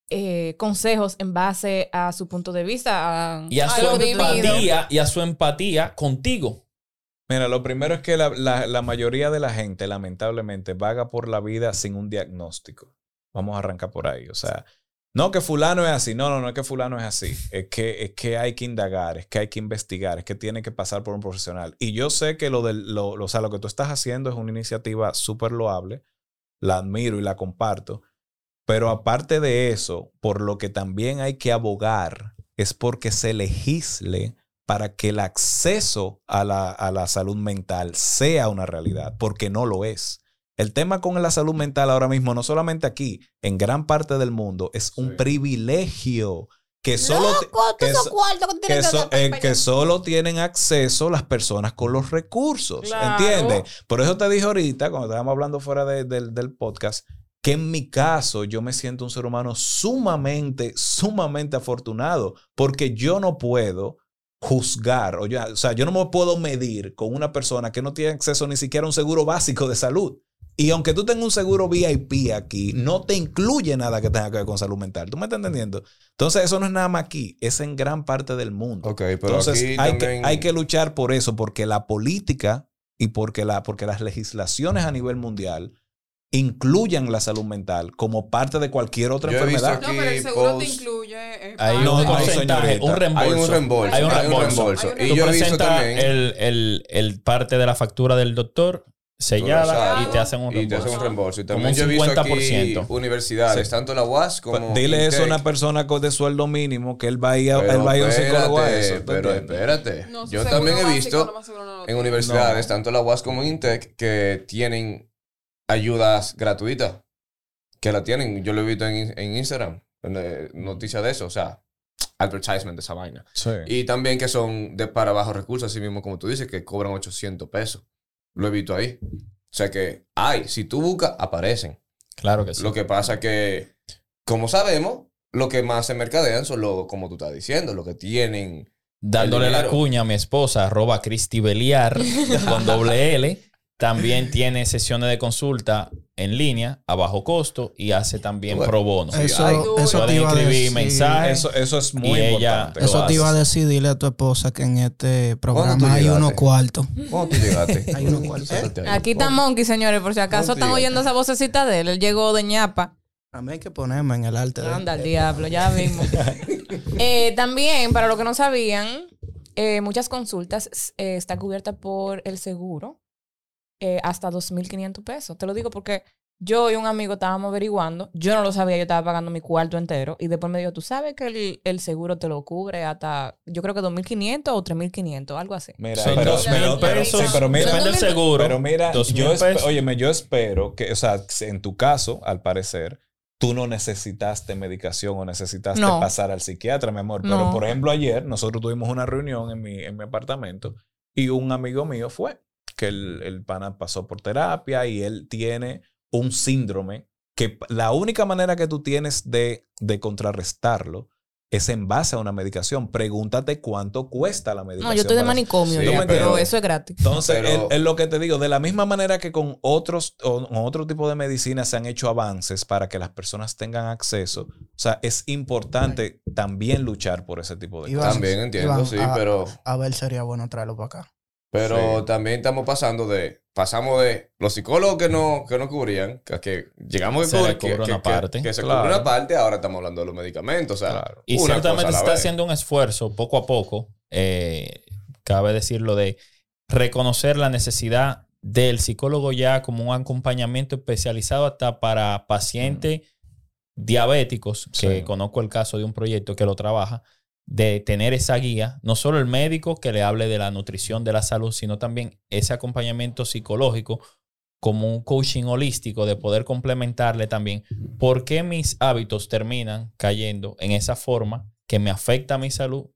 eh, consejos en base a su punto de vista. A, Y a a su lo vivido. empatía, y a su empatía contigo. Mira, lo primero es que la, la, la mayoría de la gente, lamentablemente, vaga por la vida sin un diagnóstico. Vamos a arrancar por ahí. O sea, no que fulano es así. No, no, no es que fulano es así. Es que, es que hay que indagar, es que hay que investigar, es que tiene que pasar por un profesional. Y yo sé que lo, del, lo, lo, o sea, lo que tú estás haciendo es una iniciativa súper loable. La admiro y la comparto. Pero aparte de eso, por lo que también hay que abogar es porque se legisle para que el acceso a la, a la salud mental sea una realidad, porque no lo es. El tema con la salud mental ahora mismo, no solamente aquí, en gran parte del mundo, es un Sí. privilegio que solo, Loco, tú que, sos so- cuarto que que, tienes que so- dar eh, para que allá. solo tienen acceso las personas con los recursos. Claro. ¿Entiendes? Por eso te dije ahorita, cuando estábamos hablando fuera de- de- del podcast, que en mi caso yo me siento un ser humano sumamente, sumamente afortunado, porque yo no puedo juzgar, o, yo- o sea, yo no me puedo medir con una persona que no tiene acceso ni siquiera a un seguro básico de salud. Y aunque tú tengas un seguro V I P aquí, no te incluye nada que tenga que ver con salud mental. ¿Tú me estás entendiendo? Entonces, eso no es nada más aquí, es en gran parte del mundo. Ok, pero Entonces, aquí hay, también... que, hay que luchar por eso, porque la política y porque, la, porque las legislaciones a nivel mundial incluyan la salud mental como parte de cualquier otra Yo he visto enfermedad. aquí No, pero el seguro te post- incluye. eh, Hay parte No, un no, porcentaje, señorita. un reembolso. Hay un reembolso. Hay un hay un reembolso. reembolso. Hay un Y yo he Tú visto presentas también... el, el, el parte de la factura del doctor sellada Exacto. y te hacen un Y te hacen un reembolso. reembolso. Y Como también un yo he visto cincuenta por aquí ciento. universidades, Sí. tanto la U A S como Dile eso a una Intec. persona con- de sueldo mínimo que él va a ir a, Pero él va a, ir a un psicólogo a espérate, eso. ¿tú Pero entiendes? espérate. No, su Yo seguro también he básico, visto lo más seguro no lo en tiene. universidades, No. tanto la U A S como Intec, que tienen ayudas gratuitas. Que la tienen. Yo lo he visto en, en Instagram. En, eh, noticias de eso. O sea, advertisement de esa vaina. Sí. Y también que son de para bajos recursos, así mismo como tú dices, que cobran ochocientos pesos. Lo he visto ahí. O sea que hay. Si tú buscas, aparecen. Claro que sí. Lo que pasa que, como sabemos, lo que más se mercadean son los, como tú estás diciendo, los que tienen... Dándole el la dinero. cuña a mi esposa, arroba Cristi Beliar, con doble L. También tiene sesiones de consulta en línea a bajo costo y hace también Bueno, pro bono. Eso, Ay, eso te pueden iba a escribir decir. mensajes. Eso, eso es muy Y ella- importante. lo Eso te iba a haces. decir, dile a tu esposa que en este ¿Cuándo tú programa hay llegaste? unos cuartos. ¿Cómo tú llegaste? Hay unos cuartos. Sácate ahí. Aquí está Monkey, señores, por si acaso ¿Cómo tú están llegaste? oyendo esa vocecita de él. Él llegó de ñapa. A mí hay que ponerme en el arte de... Anda al diablo, ya vimos. Eh, también, para los que no sabían, eh, muchas consultas eh, está cubierta por el seguro eh, hasta dos mil quinientos pesos. Te lo digo porque yo y un amigo estábamos averiguando. Yo no lo sabía, yo estaba pagando mi cuarto entero. Y después me dijo, ¿tú sabes que el, el seguro te lo cubre hasta, yo creo que dos mil quinientos o tres mil quinientos, algo así? Mira, Son pero, dos mil pero- pero- pesos. sí, pero mira, Depende del seguro. Pero mira, dos mil yo, espe- pesos. óyeme, yo espero que, o sea, en tu caso, al parecer, tú no necesitaste medicación o necesitaste No. pasar al psiquiatra, mi amor. Pero, No. por ejemplo, ayer nosotros tuvimos una reunión en mi, en mi apartamento y un amigo mío fue, que el, el pana pasó por terapia y él tiene un síndrome que la única manera que tú tienes de, de contrarrestarlo es en base a una medicación. Pregúntate cuánto cuesta la medicación. No, yo estoy de para- manicomio Sí, ya, pero- pero eso es gratis. Entonces, Pero- es, es lo que te digo, de la misma manera que con otros o con otro tipo de medicinas se han hecho avances para que las personas tengan acceso, o sea, es importante también luchar por ese tipo de Iván, cosas. También entiendo, Iván, sí, a- pero... A ver, sería bueno traerlo para acá. Pero Sí. también estamos pasando de... Pasamos de los psicólogos que no, que no cubrían, que, que llegamos a Se le cubrir- cubre que, una que- parte. que se Claro. cubre una parte, ahora estamos hablando de los medicamentos. O sea, Claro. Y una ciertamente cosa a se la está vez. haciendo un esfuerzo poco a poco, eh, cabe decirlo, de reconocer la necesidad del psicólogo ya como un acompañamiento especializado hasta para pacientes diabéticos, que Sí. conozco el caso de un proyecto que lo trabaja, de tener esa guía, no solo el médico que le hable de la nutrición, de la salud, sino también ese acompañamiento psicológico como un coaching holístico de poder complementarle también por qué mis hábitos terminan cayendo en esa forma que me afecta a mi salud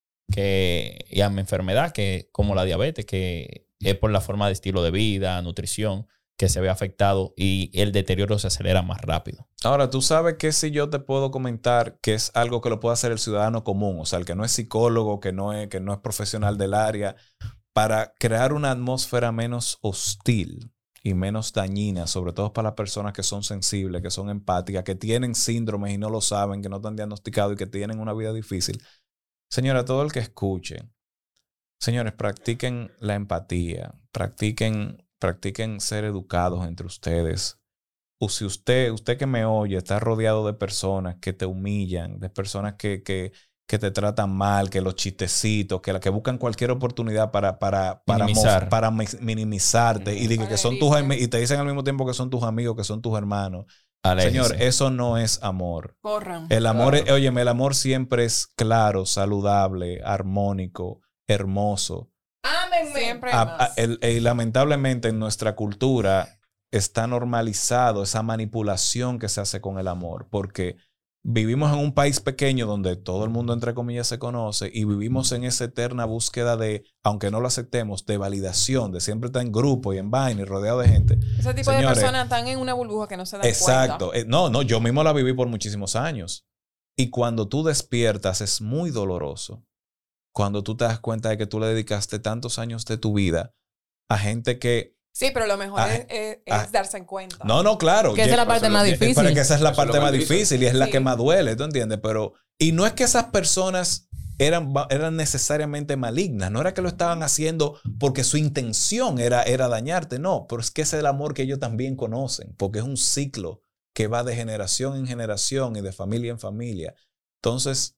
que, y a mi enfermedad, que como la diabetes, que es por la forma de estilo de vida, nutrición, que se ve afectado y el deterioro se acelera más rápido. Ahora, tú sabes que si yo te puedo comentar que es algo que lo puede hacer el ciudadano común, o sea, el que no es psicólogo, que no es, que no es profesional del área, para crear una atmósfera menos hostil y menos dañina, sobre todo para las personas que son sensibles, que son empáticas, que tienen síndromes y no lo saben, que no están diagnosticados y que tienen una vida difícil. Señora, todo el que escuche, señores, practiquen la empatía, practiquen, practiquen ser educados entre ustedes. O si usted, usted que me oye, está rodeado de personas que te humillan, de personas que, que, que te tratan mal, que los chistecitos, que, la, que buscan cualquier oportunidad para, para, para, Minimizar. para minimizarte Mm. y, diga que son tus, y te dicen al mismo tiempo que son tus amigos, que son tus hermanos. Aléjense. Señor, eso no es amor. Corran. El amor, Claro. es, óyeme, el amor siempre es claro, saludable, armónico, hermoso. Ámenme. Siempre hay A- más. a- el- y lamentablemente en nuestra cultura está normalizado esa manipulación que se hace con el amor, porque vivimos en un país pequeño donde todo el mundo, entre comillas, se conoce y vivimos en esa eterna búsqueda de, aunque no lo aceptemos, de validación, de siempre estar en grupo y en vaina y rodeado de gente. Ese tipo Señores, de personas están en una burbuja que no se dan Exacto. cuenta. Eh, No, no, yo mismo la viví por muchísimos años. Y cuando tú despiertas es muy doloroso. Cuando tú te das cuenta de que tú le dedicaste tantos años de tu vida a gente que... Sí, pero lo mejor Ah, es, es- ah. es darse en cuenta. No, no, claro. Que esa es la Ye- parte eso más lo- Eh, difícil. Pero que esa es la Eso es parte lo más que dicen. difícil y es la Sí. que más duele, ¿tú entiendes? Pero, y no es que esas personas eran, va- eran necesariamente malignas, no era que lo estaban haciendo porque su intención era, era dañarte, no, pero es que ese es el amor que ellos también conocen, porque es un ciclo que va de generación en generación y de familia en familia. Entonces,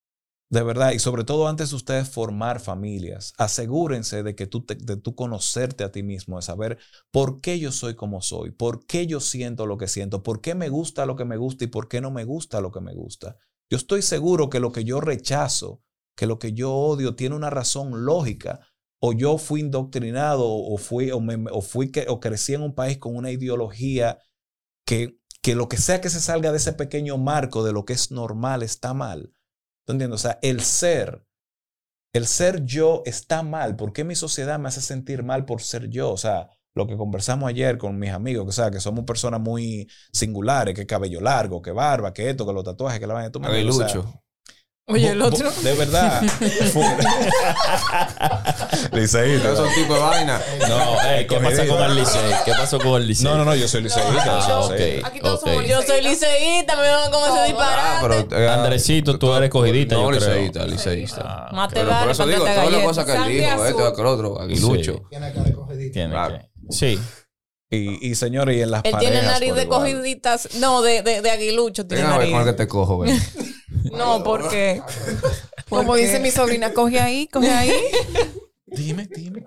de verdad, y sobre todo antes de ustedes formar familias, asegúrense de que tú, te, de tú conocerte a ti mismo, de saber por qué yo soy como soy, por qué yo siento lo que siento, por qué me gusta lo que me gusta y por qué no me gusta lo que me gusta. Yo estoy seguro que lo que yo rechazo, que lo que yo odio tiene una razón lógica, o yo fui indoctrinado o fui, o me, o fui que, o crecí en un país con una ideología que, que lo que sea que se salga de ese pequeño marco de lo que es normal está mal. ¿Tú entiendes? O sea, el ser, el ser yo está mal. ¿Por qué mi sociedad me hace sentir mal por ser yo? O sea, lo que conversamos ayer con mis amigos, que, o sea, que somos personas muy singulares, que cabello largo, que barba, que esto, que los tatuajes, que la vaina. ¿Tú me entiendes? O sea, Aguilucho. Oye, el bo- otro. bo- de verdad. Liceísta. Esos tipos de vaina. No, eh, ¿qué pasa con el Licey? ¿Qué pasó con el Licey? No, no, no, yo soy liceísta. Ah, yo ok. soy liceísta. Aquí todos ok. somos Yo soy liceísta, me van a comer ese Ah, disparate. pero, eh, Andresito, tú eres cogidita, No, yo creo. liceísta, liceísta. Ah, Mate Pero por vale, eso digo, patata todas las galleta. cosas que él Sangre dijo, azul. esto, aquel otro, aguilucho. Sí. Tiene cara de cogidita. tiene Claro. que- Sí. Y, y señores, y en las Él parejas tiene nariz por de igual. cogiditas. No, de, de, de aguilucho tiene Venga a ver nariz. con el que te cojo, güey. No, porque. Como dice mi sobrina, coge ahí, coge ahí. Dime, dime.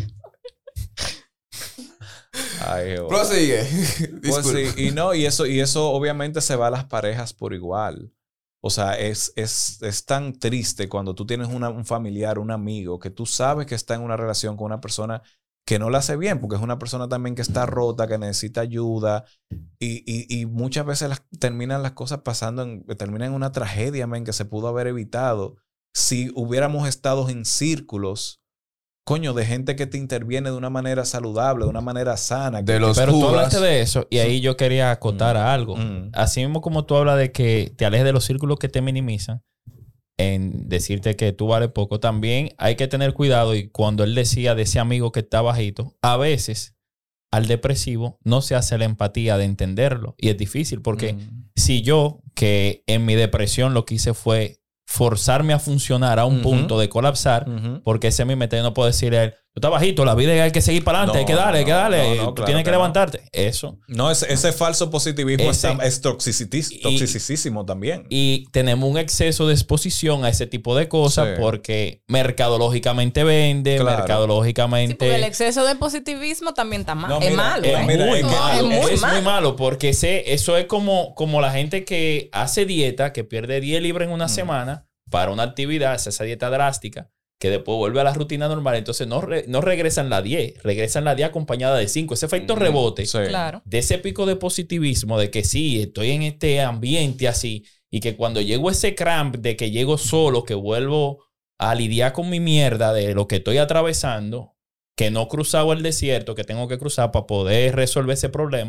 Ay, Jehová. Prosigue. Pues Disculpe. sí, y no, y eso, y eso obviamente se va a las parejas por igual. O sea, es, es, es tan triste cuando tú tienes una- un familiar, un amigo, que tú sabes que está en una relación con una persona que no la hace bien, porque es una persona también que está rota, que necesita ayuda, y, y, y muchas veces las, terminan las cosas pasando, en, terminan en una tragedia, men, que se pudo haber evitado si hubiéramos estado en círculos, coño, de gente que te interviene de una manera saludable, de una manera sana. De que- los Pero tú Judas. hablaste de eso y ahí yo quería acotar a algo. Mm. Así mismo como tú hablas de que te alejes de los círculos que te minimizan, en decirte que tú vales poco, también hay que tener cuidado. Y cuando él decía de ese amigo que está bajito, a veces al depresivo no se hace la empatía de entenderlo. Y es difícil porque Mm. si yo, que en mi depresión lo que hice fue forzarme a funcionar a un Ujú. punto de colapsar, Ujú. porque ese mi meta yo no puedo decirle a él, tú estás bajito, la vida hay que seguir para adelante, No, hay que darle, hay que no, darle, no, no, tú claro tienes que, que no. levantarte. Eso. No, ese, ese falso positivismo Ese- está- es toxicitis- y- toxicísimo también. Y tenemos un exceso de exposición a ese tipo de cosas Sí. porque mercadológicamente vende, Claro. Sí, mercadológicamente... porque el exceso de positivismo también está mal. No, es mira, malo. eh, ¿eh? mira, muy es que- malo, es muy es malo. muy malo porque ese, eso es como, como la gente que hace dieta, que pierde diez libras en una Mm. semana para una actividad, hace esa dieta drástica, que después vuelve a la rutina normal. Entonces no, re- no regresan la diez, regresan la diez acompañada de cinco. Ese efecto Ujú. rebote Sí. Claro. de ese pico de positivismo de que sí, estoy en este ambiente así y que cuando llego a ese cramp de que llego solo, que vuelvo a lidiar con mi mierda de lo que estoy atravesando, que no he cruzado el desierto, que tengo que cruzar para poder resolver ese problema,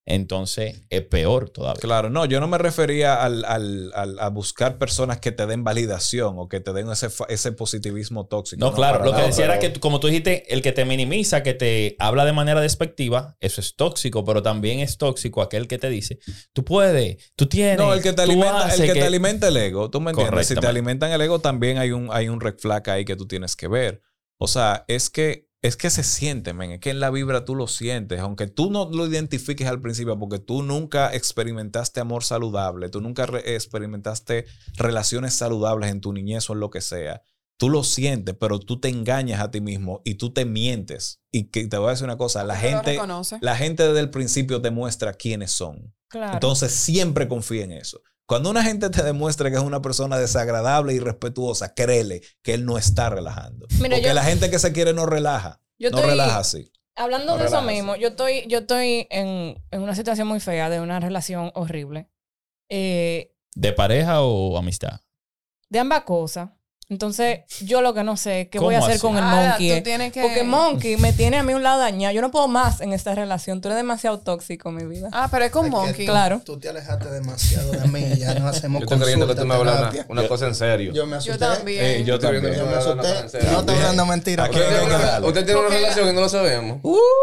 entonces es peor todavía. Claro, no, yo no me refería al, al, al, a buscar personas que te den validación o que te den ese, ese positivismo tóxico. No, claro, lo que nada, decía pero... era que, como tú dijiste, el que te minimiza, que te habla de manera despectiva, eso es tóxico, pero también es tóxico aquel que te dice, tú puedes, tú tienes. No, el que te alimenta, el que, que te alimenta el ego, tú me entiendes. Si te alimentan el ego, también hay un, hay un red flag ahí que tú tienes que ver. O sea, es que Es que se siente, men. Es que en la vibra tú lo sientes. Aunque tú no lo identifiques al principio porque tú nunca experimentaste amor saludable, tú nunca re- experimentaste relaciones saludables en tu niñez o en lo que sea. Tú lo sientes, pero tú te engañas a ti mismo y tú te mientes. Y que te voy a decir una cosa, la gente, la gente desde el principio te muestra quiénes son. Claro. Entonces siempre confía en eso. Cuando una gente te demuestra que es una persona desagradable y irrespetuosa, créele que él no está relajando. Mira, porque yo, la gente que se quiere no relaja. Yo no estoy, relaja así. Hablando no de relaja eso mismo, así. yo estoy, yo estoy en, en una situación muy fea de una relación horrible. Eh, ¿De pareja o amistad? De ambas cosas. Entonces, yo lo que no sé es qué voy a hacer así? con el Ah, Monkey. tú tienes que... Porque Monkey me tiene a mí un lado dañado. Yo no puedo más en esta relación. Tú eres demasiado tóxico, mi vida. Ah, pero es con Es que Monkey. tú- Claro. Tú te alejaste demasiado de mí. Ya no hacemos Yo estoy creyendo que tú me hablas terapia. una, una cosa en serio. Yo me asusté. Yo también. Eh, yo Estoy creyendo también. que Yo tú me me hablas una cosa en asusté. serio. No te hablando mentira. Aquí Usted pero- tiene una- Dale. Usted tiene una Porque- relación y no lo sabemos.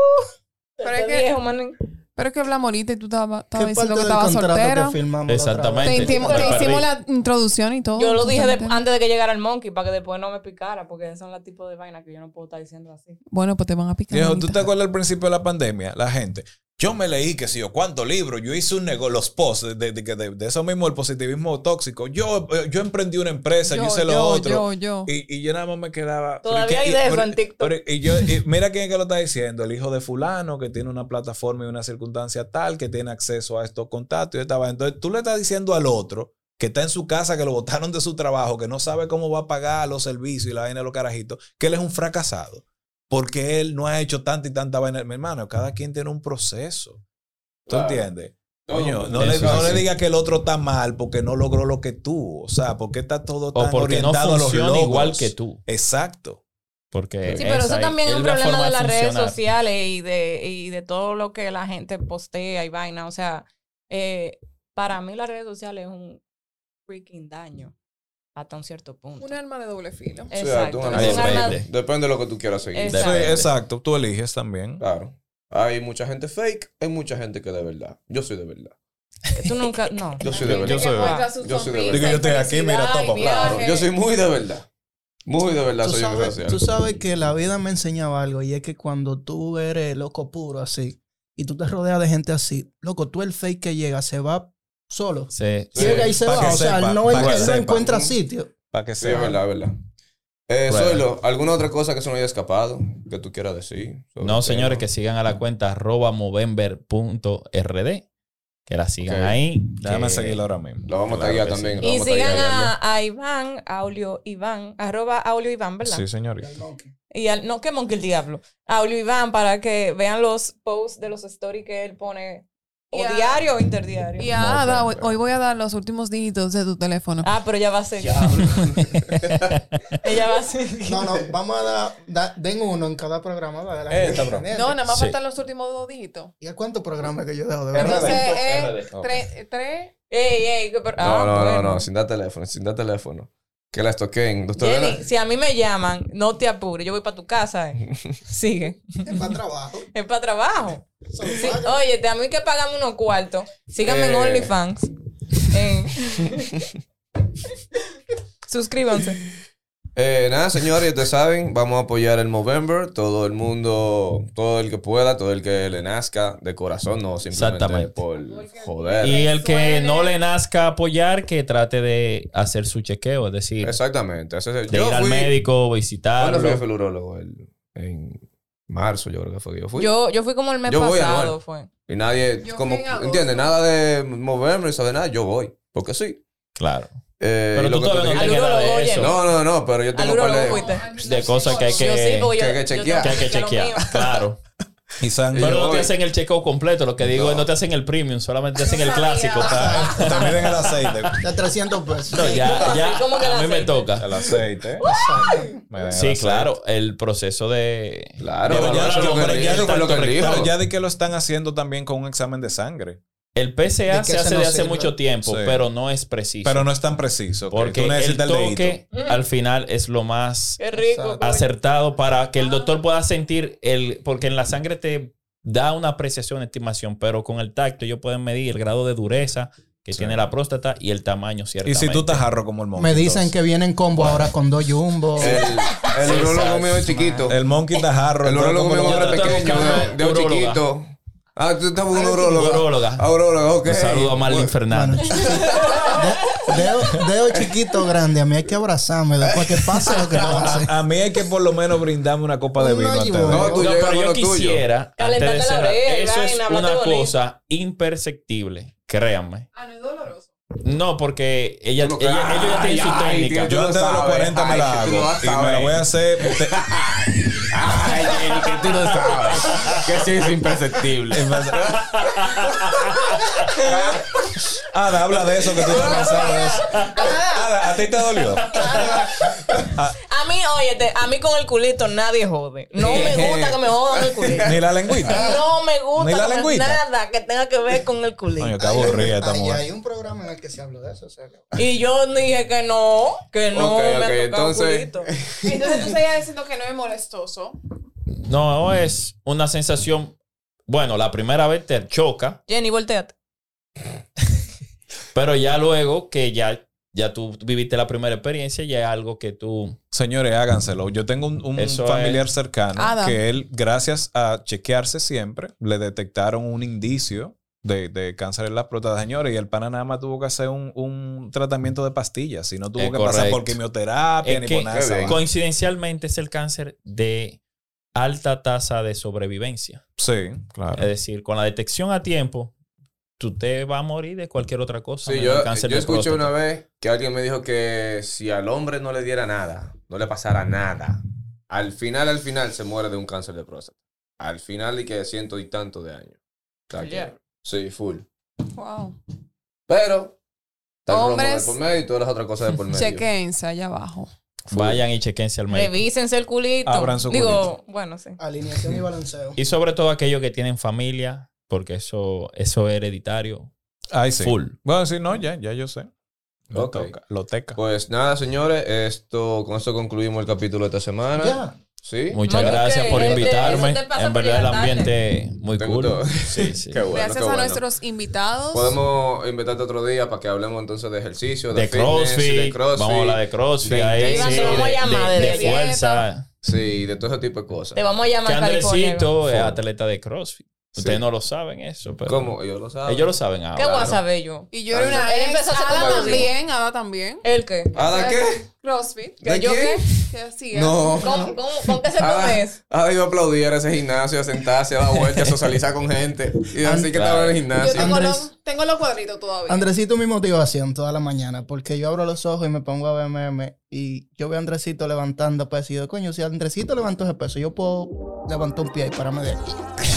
Pero es Este que- viejo, manín. Pero es que hablamos ahorita y tú estabas ¿Qué estaba parte diciendo que del estabas contrato soltera. que firmamos la otra vez? Exactamente. Te, intimo- Me te perdí. hicimos la introducción y todo. Yo lo dije de- Entonces, antes de que llegara el Monkey para que después no me picara, porque son los tipos de vainas que yo no puedo estar diciendo así. Bueno, pues te van a picar. Viejo, ¿tú ahorita. te acuerdas al principio de la pandemia? La gente, yo me leí que si yo cuántos libros, yo hice un negocio, los posts de, de, de, de, de eso mismo, el positivismo tóxico. Yo, yo emprendí una empresa, yo, Yo, hice lo yo, otro. yo, yo. Y, y yo nada más me quedaba. Todavía pero hay y- de eso pero- en TikTok. pero- y yo, y mira quién es que lo está diciendo: el hijo de Fulano, que tiene una plataforma y una circunstancia tal, que tiene acceso a estos contactos. Y estaba. Entonces tú le estás diciendo al otro que está en su casa, que lo botaron de su trabajo, que no sabe cómo va a pagar los servicios y la vaina de los carajitos, que él es un fracasado. Porque él no ha hecho tanta y tanta vaina. Mi hermano, cada quien tiene un proceso. ¿Tú Claro. entiendes? No, Coño, no, le, eso no es le así. diga que el otro está mal porque no logró lo que tú. O sea, porque está todo tan O porque no orientado a los funciona logros. igual que tú. Exacto. Porque Sí, pero eso esa también es un la problema forma de las redes funcionar. sociales y de, y de todo lo que la gente postea y vaina. O sea, eh, para mí las redes sociales es un freaking daño hasta un cierto punto. Un arma de doble filo. Sí, Exacto. tú, Es Ahí un arma- depende. Depende de lo que tú quieras seguir. Exacto. Sí, Depende. exacto. Tú eliges también. Claro. Hay mucha gente fake, hay mucha gente que de verdad. Yo soy de verdad. Tú nunca, no. Yo soy de verdad. Yo soy- Yo soy de verdad. Digo, yo estoy aquí, mira, topo. Claro, yo soy muy de verdad. Muy de verdad Tú soy en redes sabes, sociales. tú sabes que la vida me enseñaba algo y es que cuando tú eres loco puro así y tú te rodeas de gente así, loco, tú el fake que llega se va solo. Sí, Sí. Llega y se Pa' va. que O sea, sepa, no, pa' es que que no sepa. encuentra sitio. Para que Sí, es sea. verdad, es verdad. Eh, Prueba. Zoilo, ¿alguna otra cosa que se nos haya escapado que tú quieras decir? sobre No, el señores, tema? que sigan a la cuenta arroba movember punto r d. Que la sigan Ok. ahí. Déjame que- seguirlo ahora mismo. Lo vamos a Claro taggear que también. sí. lo Y vamos sigan taggear. a, a Iván, Aulio Iván, arroba Aulio Iván, ¿verdad? Sí, señorita. Y al, no, que Monkey el diablo. Aulio Iván para que vean los posts de los stories que él pone o Y a- diario o interdiario. Y a Ada, hoy, hoy voy a dar los últimos dígitos de tu teléfono. Ah, pero ya va a seguir. Ella va a seguir. No, no, vamos a dar, da- den uno en cada programa. ¿verdad? La Eh, gente está está bro. pendiente. No, nada más Sí. faltan los últimos dos dígitos. ¿Y a cuántos programas que yo dejo de R D. ver? Entonces R D. es tres, tres. Ey, ey, que- pero- No, ah, no, no, bueno. no, sin dar teléfono, sin dar teléfono. Que la estoquen. Doctor Jenny, Elena. si a mí me llaman, no te apures. Yo voy para tu casa. eh. Sigue. Es para trabajo. Es para trabajo. Son Sí, fallas. oye, a mí que pagamos unos cuartos. Síganme en Eh. OnlyFans. En- Suscríbanse. Eh, nada, señores, ustedes saben, vamos a apoyar el Movember. Todo el mundo, todo el que pueda, todo el que le nazca de corazón, no simplemente Exactamente. por joder. Y el que no le nazca apoyar, que trate de hacer su chequeo. Es decir, Exactamente. Ese es el- de yo ir al fui- médico, ¿Cuándo visitarlo. fui al urólogo? El- en marzo, yo creo que fue que yo fui. Yo, yo fui como el mes Yo voy pasado, anual. fue. Y nadie, Yo como, fui en agosto. ¿entiendes? Nada de Movember, eso de nada, yo voy. Porque sí. Claro. Eh, Pero y lo tú que todavía no dijiste- te quedas Al de urólogo, eso. No, no, no, pero yo Al tengo un par urólogo de... fuiste. De cosas que hay Yo sí, que, porque yo- que hay que yo chequear. que, hay que tengo lo chequear. mío. Claro. Y sangre. Pero no voy. te hacen el chequeo completo. Lo que digo No. es no te hacen el premium, solamente te hacen el clásico. pa- Te miden el aceite. De trescientos pesos. No, ya, ya ¿Cómo que el a mí me aceite? toca. El aceite. Me dan el Sí, aceite. claro, el proceso de... Claro, Pero ya, eso es lo que pero él ya- dijo, fue lo que él pero dijo. Pero ya de que lo están haciendo también con un examen de sangre. El P C A ¿De qué se se hace nos de hace sirve? mucho tiempo, Sí. pero no es preciso. Pero no es tan preciso. ok. porque Tú el necesitas el dedito. toque al final es lo más Qué rico. coño. acertado para que el doctor pueda sentir el... Porque en la sangre te da una apreciación, una estimación, pero con el tacto ellos pueden medir el grado de dureza que Sí. tiene la próstata y el tamaño, Y ciertamente. si tú estás jarro como el monkey. Me dicen entonces. que vienen combo ahora con dos jumbo. El, el urologo mío es chiquito. El monkey está jarro. El entonces, urologo ¿cómo mío lo- es Yo estoy pequeño, buscando de, de uróloga. chiquito. Ah, tú estás buscando un urólogo. Uróloga. Ah, uróloga, ok. Un saludo a Marlin Bueno, Fernández. de- dedo, dedo chiquito grande. A mí hay que abrazarme después que pase lo que pase. A mí hay que por lo menos brindarme una copa de Un vino antes de- hoyo. No, tú No, llegas pero con yo lo tuyo. quisiera, antes de Calentarte la cerrar, oreja, eso es vaina, hablarte una bonito. cosa imperceptible, créanme. Ah, no es doloroso. No, porque ella, Tú lo que- ella- ellos ya tienen su Ay, ay, técnica. tío, Yo tú antes lo de los sabes. cuarenta me Ay, la que hago. tú lo vas a Y me la saber. voy a hacer. te- Ay, Jenny, que tú no sabes. Que sí es imperceptible. Ada, habla de eso que tú estás pensando de eso. Ada, ¿a ti te dolió? A mí, óyete, a mí con el culito nadie jode. No me gusta que me jodan el culito. Ni la lengüita. No me gusta Ni la que me- lengüita. nada que tenga que ver con el culito. Coño, qué aburrida esta Ay, mujer. hay un programa en el que se habla de eso. O sea, que- Y yo dije que no, que no Ok, me ok, ha tocado entonces- culito. Entonces tú seguías diciendo que no es molestoso. No, es una sensación. Bueno, la primera vez te choca, Jenny, volteate. pero ya luego que ya, ya tú viviste la primera experiencia, ya es algo que tú. Señores, háganselo. Yo tengo un, un Eso familiar es. cercano Ada. que él, gracias a chequearse siempre, le detectaron un indicio de, de cáncer en la próstata, señores, y el pana nada más tuvo que hacer un, un tratamiento de pastillas, y no tuvo Es que pasar por correcto. quimioterapia Es ni que por nada. de esa vaina. coincidencialmente es el cáncer de alta tasa de sobrevivencia. Sí, claro. Es decir, con la detección a tiempo, tú te vas a morir de cualquier otra cosa. Sí, menos yo, el cáncer yo de escuché próstata. una vez que alguien me dijo que si al hombre no le diera nada, no le pasara nada, al final, al final se muere de un cáncer de próstata. Al final y que ciento y tanto de años. O sea que- Yeah. sí, full. Wow. Pero, está el romo Hombres, de por medio y todas las otras cosas de por medio. Chequense allá abajo. Vayan y chequense al médico. Revísense el culito. Abran su Digo, bueno, sí. Alineación y balanceo. Y sobre todo aquellos que tienen familia, porque eso, eso es hereditario. Ay, sí. Full. Bueno, sí, no, ya, ya yo sé. Lo Ok. toca. Lo teca. Pues nada, señores, esto, con esto concluimos el capítulo de esta semana. Ya. ¿Sí? Muchas No, gracias que por este- invitarme. eso te pasa En por verdad el llegar tarde. ambiente muy ¿Te cool. gustó? Sí, sí. Qué bueno, Gracias qué a bueno. nuestros invitados. Podemos invitarte otro día para que hablemos entonces de ejercicio, de, De fitness, CrossFit, de CrossFit. vamos a hablar de CrossFit, de ahí, intenso. sí, Te vamos a de, llamar de- de de dieta. fuerza. Sí, de todo ese tipo de cosas. Te vamos a Que llamar California. Andresito es Full. atleta de CrossFit. Ustedes no lo saben eso, pero ¿Cómo? Ellos lo saben. ellos lo saben ahora. ¿Qué voy a saber yo? Y yo era una Él ex. empezó a hacer Ada como también, Ada también. ¿El qué? ¿Ada qué? CrossFit. ¿De ¿Yo quién? qué? ¿Qué hacía? No. ¿Cómo, cómo, ¿Con qué se Ada, come eso? Ada iba a aplaudir a ese gimnasio, a sentarse, a dar vueltas, a socializar con gente. Y así que estaba en el Yo gimnasio. tengo, Andrés. los, tengo los cuadritos todavía. Andresito, mi motivación toda la mañana, porque yo abro los ojos y me pongo a ver meme y yo veo a Andresito levantando peso y yo, coño, si Andresito levantó ese peso, yo puedo levantar un pie y pararme de aquí.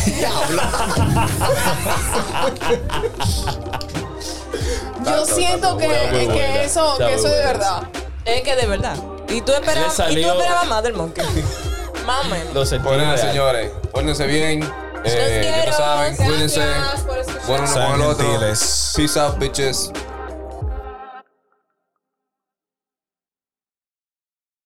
Yo siento que, Muy buena. que eso, Está que eso muy es de buena. verdad. Es que de verdad. Y tú esperabas, Le salió- y tú esperabas más del monkey. Más o menos. Los sentidos Pues nada, reales. señores, pórtense bien. Eh, ya quiero. lo saben, cuídense. Gracias por escuchar. Bueno, uno Sean con el otro. gentiles. Peace out, bitches.